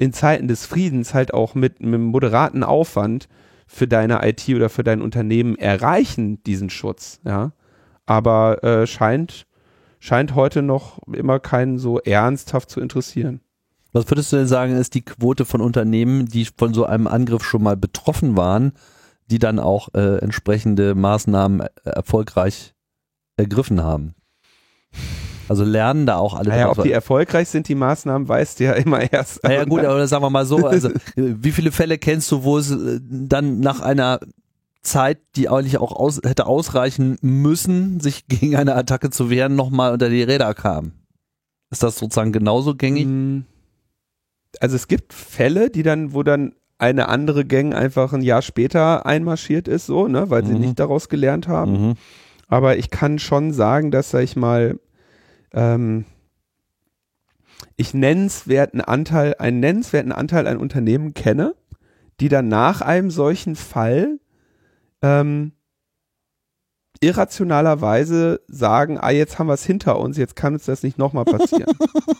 B: in Zeiten des Friedens halt auch mit, mit einem moderaten Aufwand für deine I T oder für dein Unternehmen erreichen, diesen Schutz, ja. Aber äh, scheint, scheint heute noch immer keinen so ernsthaft zu interessieren.
A: Was würdest du denn sagen, ist die Quote von Unternehmen, die von so einem Angriff schon mal betroffen waren, die dann auch äh, entsprechende Maßnahmen erfolgreich ergriffen haben? Also lernen da auch alle.
B: Naja, ob die erfolgreich sind, die Maßnahmen, weißt du ja immer erst.
A: Naja gut, aber sagen wir mal so, also wie viele Fälle kennst du, wo es dann nach einer Zeit, die eigentlich auch aus, hätte ausreichen müssen, sich gegen eine Attacke zu wehren, nochmal unter die Räder kam? Ist das sozusagen genauso gängig?
B: Also es gibt Fälle, die dann, wo dann eine andere Gang einfach ein Jahr später einmarschiert ist, so, ne, weil sie mhm. nicht daraus gelernt haben. Mhm. Aber ich kann schon sagen, dass, sag ich mal, ähm, ich nennenswerten Anteil, einen nennenswerten Anteil an Unternehmen kenne, die dann nach einem solchen Fall ähm, irrationalerweise sagen, ah, jetzt haben wir es hinter uns, jetzt kann uns das nicht nochmal passieren.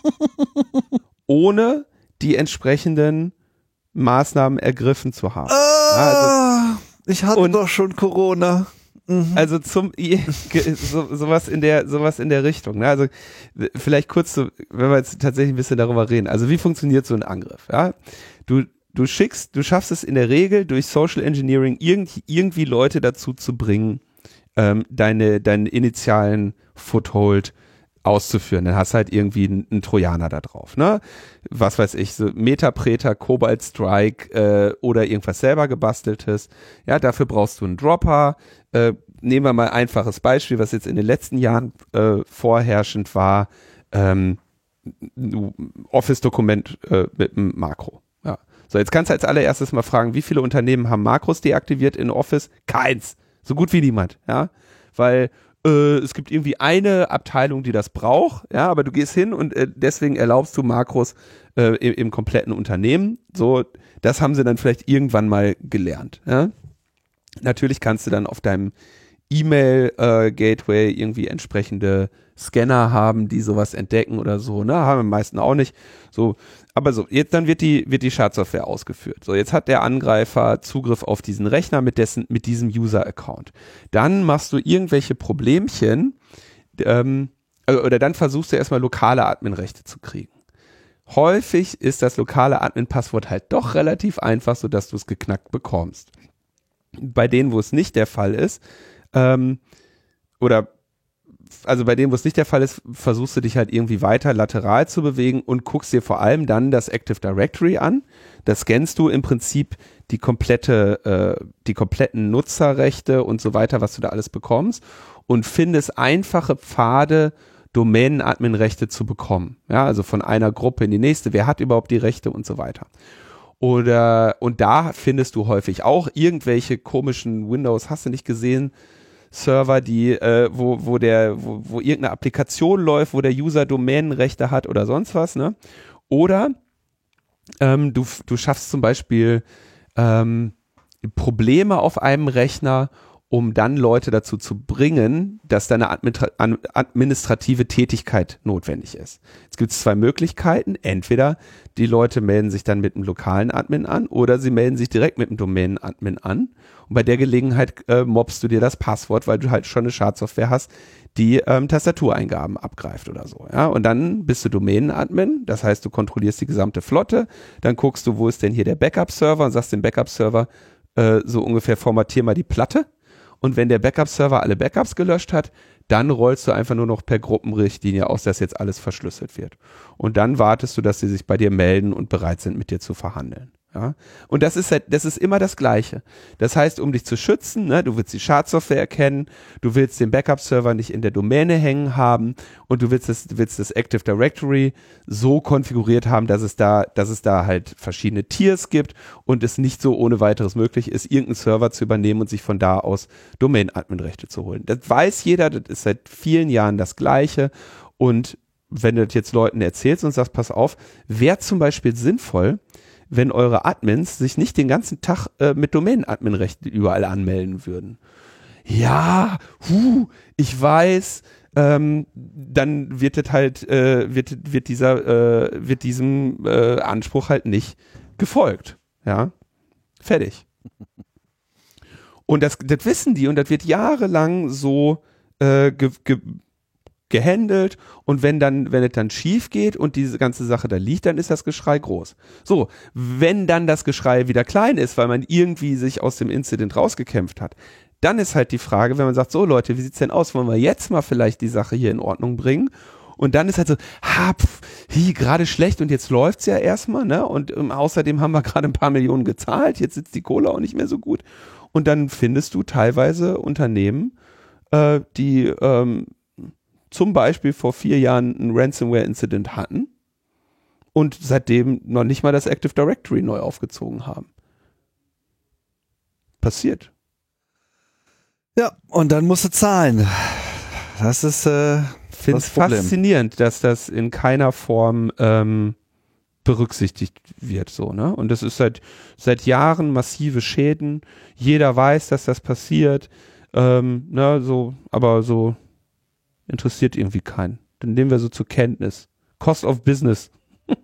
B: Ohne die entsprechenden Maßnahmen ergriffen zu haben.
A: Ah, ja, also, ich hatte
B: und,
A: doch schon Corona. Mhm.
B: Also zum so, sowas in der sowas in der Richtung. Ne? Also vielleicht kurz, so, wenn wir jetzt tatsächlich ein bisschen darüber reden. Also wie funktioniert so ein Angriff? Ja? Du du schickst, du schaffst es in der Regel durch Social Engineering irgendwie, irgendwie Leute dazu zu bringen, ähm, deine deinen initialen Foothold auszuführen. Dann hast du halt irgendwie einen, einen Trojaner da drauf, ne? Was weiß ich, so Metapreter, Cobalt Strike äh, oder irgendwas selber gebasteltes. Ja, dafür brauchst du einen Dropper. Äh, nehmen wir mal ein einfaches Beispiel, was jetzt in den letzten Jahren äh, vorherrschend war. Ähm, Office-Dokument äh, mit einem Makro. Ja. So, jetzt kannst du als allererstes mal fragen, wie viele Unternehmen haben Makros deaktiviert in Office? Keins. So gut wie niemand, ja. Weil Äh, es gibt irgendwie eine Abteilung, die das braucht, ja, aber du gehst hin und äh, deswegen erlaubst du Makros äh, im, im kompletten Unternehmen. So, das haben sie dann vielleicht irgendwann mal gelernt. Ja? Natürlich kannst du dann auf deinem E-Mail-Gateway äh, irgendwie entsprechende Scanner haben, die sowas entdecken oder so, ne, haben wir meisten auch nicht. So, aber so, jetzt dann wird die, wird die Schadsoftware ausgeführt. So, jetzt hat der Angreifer Zugriff auf diesen Rechner mit dessen, mit diesem User-Account. Dann machst du irgendwelche Problemchen, ähm, oder dann versuchst du erstmal lokale Adminrechte zu kriegen. Häufig ist das lokale Admin-Passwort halt doch relativ einfach, sodass du es geknackt bekommst. Bei denen, wo es nicht der Fall ist, ähm, oder also bei denen, wo es nicht der Fall ist, versuchst du dich halt irgendwie weiter lateral zu bewegen und guckst dir vor allem dann das Active Directory an. Da scannst du im Prinzip die komplette, äh, die kompletten Nutzerrechte und so weiter, was du da alles bekommst und findest einfache Pfade, Domänen-Admin-Rechte zu bekommen. Ja, also von einer Gruppe in die nächste. Wer hat überhaupt die Rechte und so weiter. Oder, und da findest du häufig auch irgendwelche komischen Windows, hast du nicht gesehen, Server, die, äh, wo, wo der, wo, wo irgendeine Applikation läuft, wo der User Domänenrechte hat oder sonst was, ne? Oder ähm, du, du schaffst zum Beispiel ähm, Probleme auf einem Rechner, um dann Leute dazu zu bringen, dass da eine administrative Tätigkeit notwendig ist. Es gibt zwei Möglichkeiten. Entweder die Leute melden sich dann mit einem lokalen Admin an oder sie melden sich direkt mit einem Domänen-Admin an. Und bei der Gelegenheit äh, mobst du dir das Passwort, weil du halt schon eine Schadsoftware hast, die ähm, Tastatureingaben abgreift oder so. Ja? Und dann bist du Domänen-Admin, das heißt, du kontrollierst die gesamte Flotte. Dann guckst du, wo ist denn hier der Backup-Server und sagst dem Backup-Server äh, so ungefähr, formatier mal die Platte. Und wenn der Backup-Server alle Backups gelöscht hat, dann rollst du einfach nur noch per Gruppenrichtlinie aus, dass jetzt alles verschlüsselt wird. Und dann wartest du, dass sie sich bei dir melden und bereit sind, mit dir zu verhandeln. Ja? Und das ist halt, das ist immer das Gleiche. Das heißt, um dich zu schützen, ne, du willst die Schadsoftware erkennen, du willst den Backup-Server nicht in der Domäne hängen haben und du willst das, du willst das Active Directory so konfiguriert haben, dass es da, dass es da halt verschiedene Tiers gibt und es nicht so ohne weiteres möglich ist, irgendeinen Server zu übernehmen und sich von da aus Domain-Admin-Rechte zu holen. Das weiß jeder, das ist seit vielen Jahren das Gleiche. Und wenn du das jetzt Leuten erzählst und sagst, pass auf, wäre zum Beispiel sinnvoll, wenn eure Admins sich nicht den ganzen Tag äh, mit Domänen-Admin-Rechten überall anmelden würden. Ja, huh, ich weiß, ähm, dann wird das halt, äh, wird, wird dieser, äh, wird diesem äh, Anspruch halt nicht gefolgt. Ja, fertig. Und das, das wissen die und das wird jahrelang so äh, ge, ge, gehandelt und wenn dann, wenn es dann schief geht und diese ganze Sache da liegt, dann ist das Geschrei groß. So, wenn dann das Geschrei wieder klein ist, weil man irgendwie sich aus dem Incident rausgekämpft hat, dann ist halt die Frage, wenn man sagt, so Leute, wie sieht's denn aus, wollen wir jetzt mal vielleicht die Sache hier in Ordnung bringen? Und dann ist halt so, ha, pf, hi, gerade schlecht und jetzt läuft's ja erstmal, ne? Und ähm, außerdem haben wir gerade ein paar Millionen gezahlt, jetzt sitzt die Kohle auch nicht mehr so gut. Und dann findest du teilweise Unternehmen, äh, die ähm, zum Beispiel vor vier Jahren ein Ransomware-Incident hatten und seitdem noch nicht mal das Active Directory neu aufgezogen haben. Passiert.
A: Ja, und dann musst du zahlen. Das ist äh,
B: finde es faszinierend, dass das in keiner Form ähm, berücksichtigt wird. So, ne? Und das ist seit, seit Jahren massive Schäden. Jeder weiß, dass das passiert. Ähm, ne, so, aber so interessiert irgendwie keinen. Dann nehmen wir so zur Kenntnis. Cost of Business.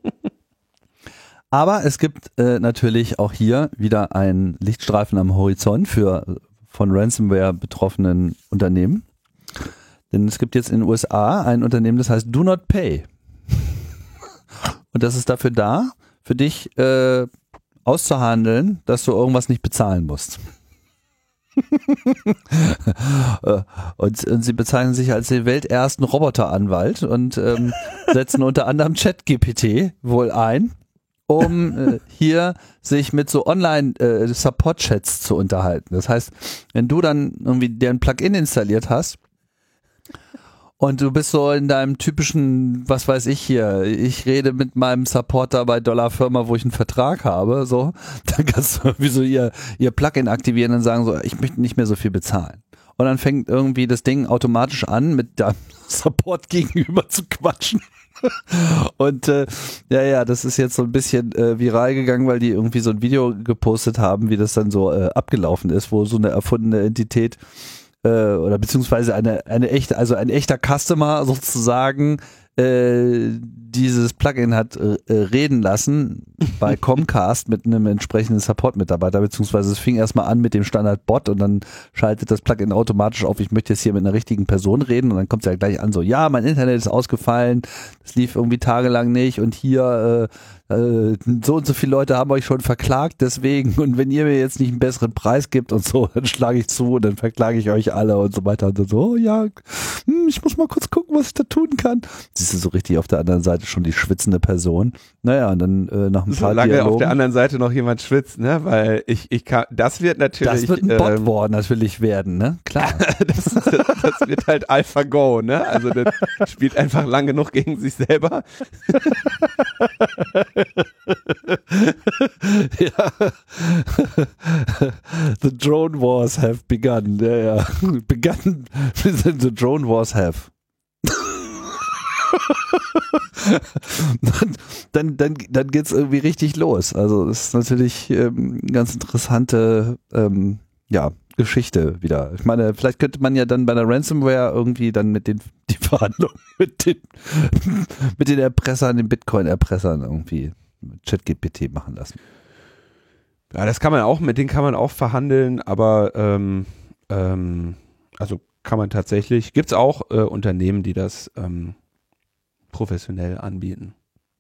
A: Aber es gibt äh, natürlich auch hier wieder einen Lichtstreifen am Horizont für von Ransomware betroffenen Unternehmen. Denn es gibt jetzt in den U S A ein Unternehmen, das heißt Do Not Pay. Und das ist dafür da, für dich äh, auszuhandeln, dass du irgendwas nicht bezahlen musst. und, und sie bezeichnen sich als den weltersten Roboteranwalt und ähm, setzen unter anderem ChatGPT wohl ein, um äh, hier sich mit so Online-Support-Chats zu unterhalten. Das heißt, wenn du dann irgendwie deren Plugin installiert hast und du bist so in deinem typischen, was weiß ich hier, ich rede mit meinem Supporter bei Dollar Firma, wo ich einen Vertrag habe, so, dann kannst du irgendwie so ihr, ihr Plugin aktivieren und sagen so, ich möchte nicht mehr so viel bezahlen. Und dann fängt irgendwie das Ding automatisch an, mit deinem Support gegenüber zu quatschen. Und äh, ja, ja, das ist jetzt so ein bisschen äh, viral gegangen, weil die irgendwie so ein Video gepostet haben, wie das dann so äh, abgelaufen ist, wo so eine erfundene Entität oder beziehungsweise eine, eine echte, also ein echter Customer sozusagen äh, dieses Plugin hat äh, reden lassen bei Comcast mit einem entsprechenden Support-Mitarbeiter, beziehungsweise es fing erstmal an mit dem Standard-Bot und dann schaltet das Plugin automatisch auf, ich möchte jetzt hier mit einer richtigen Person reden und dann kommt es ja gleich an so, ja, mein Internet ist ausgefallen, es lief irgendwie tagelang nicht und hier äh, äh, so und so viele Leute haben euch schon verklagt deswegen und wenn ihr mir jetzt nicht einen besseren Preis gibt und so, dann schlage ich zu und dann verklage ich euch alle und so weiter und so, oh ja, hm, ich muss mal kurz gucken, was ich da tun kann. Siehst du so richtig auf der anderen Seite schon die schwitzende Person. Naja, und dann äh, nach ein paar
B: Solange
A: Dialogen,
B: auf der anderen Seite noch jemand schwitzt, ne, weil ich, ich kann, das wird natürlich.
A: Das wird ein
B: ähm,
A: Botwar natürlich werden, ne, klar.
B: das, das wird halt AlphaGo, ne, also das spielt einfach lang genug gegen sich selber.
A: Ja. The drone wars have begun. Ja, ja. Begun. The drone wars have. dann, dann, dann geht's irgendwie richtig los. Also das ist natürlich ähm, ganz interessante ähm, ja, Geschichte wieder. Ich meine, vielleicht könnte man ja dann bei der Ransomware irgendwie dann mit den die Verhandlungen mit den mit den Erpressern, den Bitcoin-Erpressern irgendwie ChatGPT machen lassen.
B: Ja, das kann man auch, mit denen kann man auch verhandeln, aber ähm, ähm, also kann man tatsächlich, gibt's auch äh, Unternehmen, die das ähm, professionell anbieten.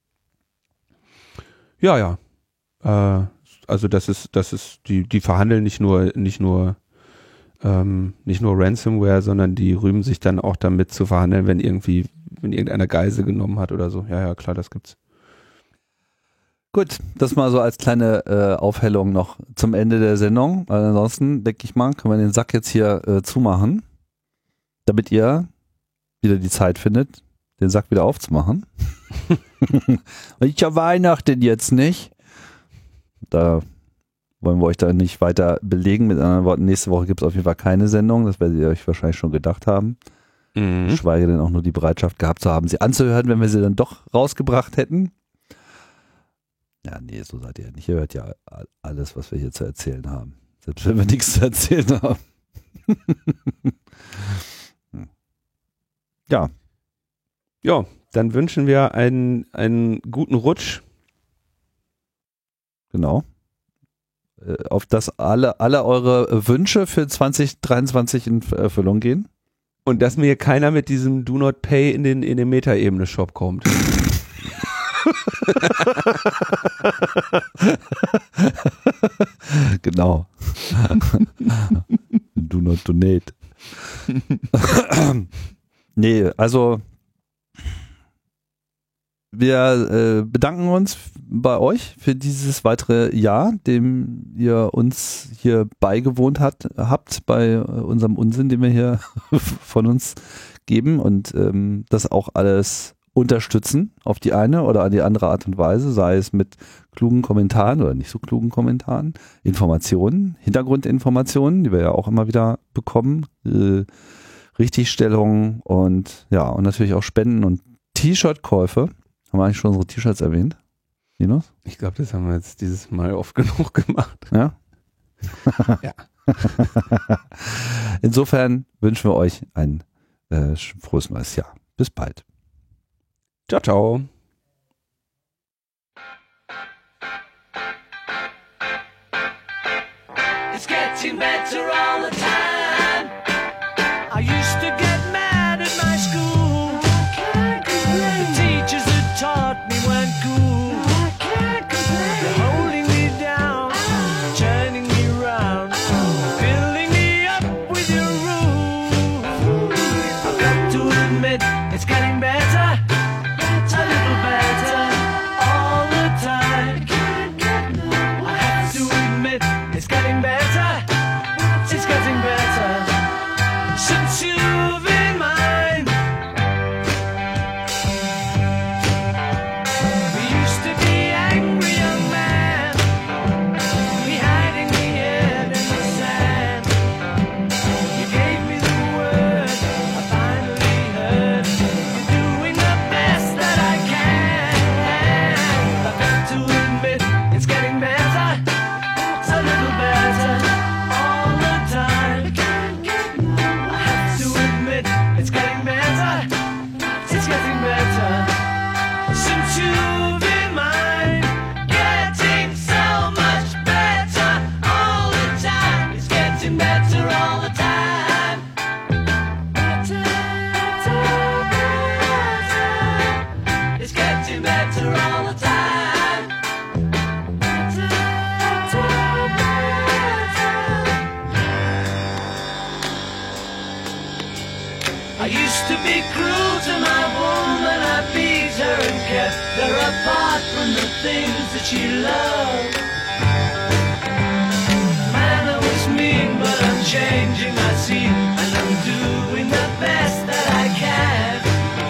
B: Ja, ja. Äh, also das ist, das ist, die, die verhandeln nicht nur, nicht nur, ähm, nicht nur Ransomware, sondern die rühmen sich dann auch damit zu verhandeln, wenn irgendwie, wenn irgendeiner Geisel genommen hat oder so. Ja, ja, klar, das gibt's.
A: Gut, das mal so als kleine äh, Aufhellung noch zum Ende der Sendung. Weil ansonsten, denke ich mal, können wir den Sack jetzt hier äh, zumachen, damit ihr wieder die Zeit findet, den Sack wieder aufzumachen. Ich ja Weihnachten jetzt nicht. Da wollen wir euch da nicht weiter belegen. Mit anderen Worten, nächste Woche gibt es auf jeden Fall keine Sendung. Das werdet ihr euch wahrscheinlich schon gedacht haben. Mhm. Schweige denn auch nur die Bereitschaft gehabt zu haben, sie anzuhören, wenn wir sie dann doch rausgebracht hätten. Ja, nee, so seid ihr nicht. Ihr hört ja alles, was wir hier zu erzählen haben. Selbst wenn wir nichts zu erzählen haben. Ja.
B: Ja, dann wünschen wir einen, einen guten Rutsch.
A: Genau. Auf dass alle, alle eure Wünsche für zwanzig dreiundzwanzig in Erfüllung gehen.
B: Und dass mir keiner mit diesem Do Not Pay in den, in den Meta-Ebene-Shop kommt.
A: Genau. Do not donate. Nee, also wir äh, bedanken uns bei euch für dieses weitere Jahr, dem ihr uns hier beigewohnt hat, habt bei äh, unserem Unsinn, den wir hier von uns geben und ähm, das auch alles unterstützen auf die eine oder die andere Art und Weise, sei es mit klugen Kommentaren oder nicht so klugen Kommentaren, Informationen, Hintergrundinformationen, die wir ja auch immer wieder bekommen, äh, Richtigstellungen und ja, und natürlich auch Spenden und T-Shirt-Käufe. Haben wir eigentlich schon unsere T-Shirts erwähnt? Linus?
B: Ich glaube, das haben wir jetzt dieses Mal oft genug gemacht.
A: Ja?
B: Ja.
A: Insofern wünschen wir euch ein äh, frohes neues Jahr. Bis bald.
B: Ciao, ciao.
C: It's getting better all the time. I used to get mad at my school. The teachers that taught me weren't cool. They're holding me down, turning me round, filling me up with your rules. I've got to admit, it's getting better, a little better all the time. I have to admit, it's getting better, it's getting better since you've been mine. We used to be angry young man, we hiding the head in the sand. You gave me the word, I finally heard. You're doing the best that I can. I've got to admit, it's getting better, a little better all the time. I have to admit, it's getting better, it's getting better since you've been mine. Getting so much better all the time. It's getting better all the time. Better, better, better. It's getting better all the time. Better, better, better. I used to be cruel to my woman, I beat her and kept her apart from the things that she loved. Man, I was mean, but I'm changing, I see, and I'm doing the best that I can.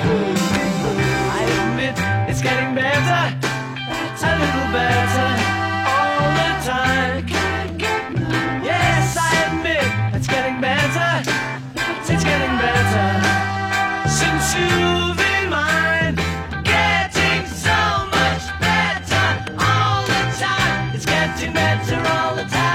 C: I admit, it's getting better, a little better all the time. Yes, I admit, it's getting better, it's getting better since you've been mine. Getting so much better all the time. It's getting better all the time.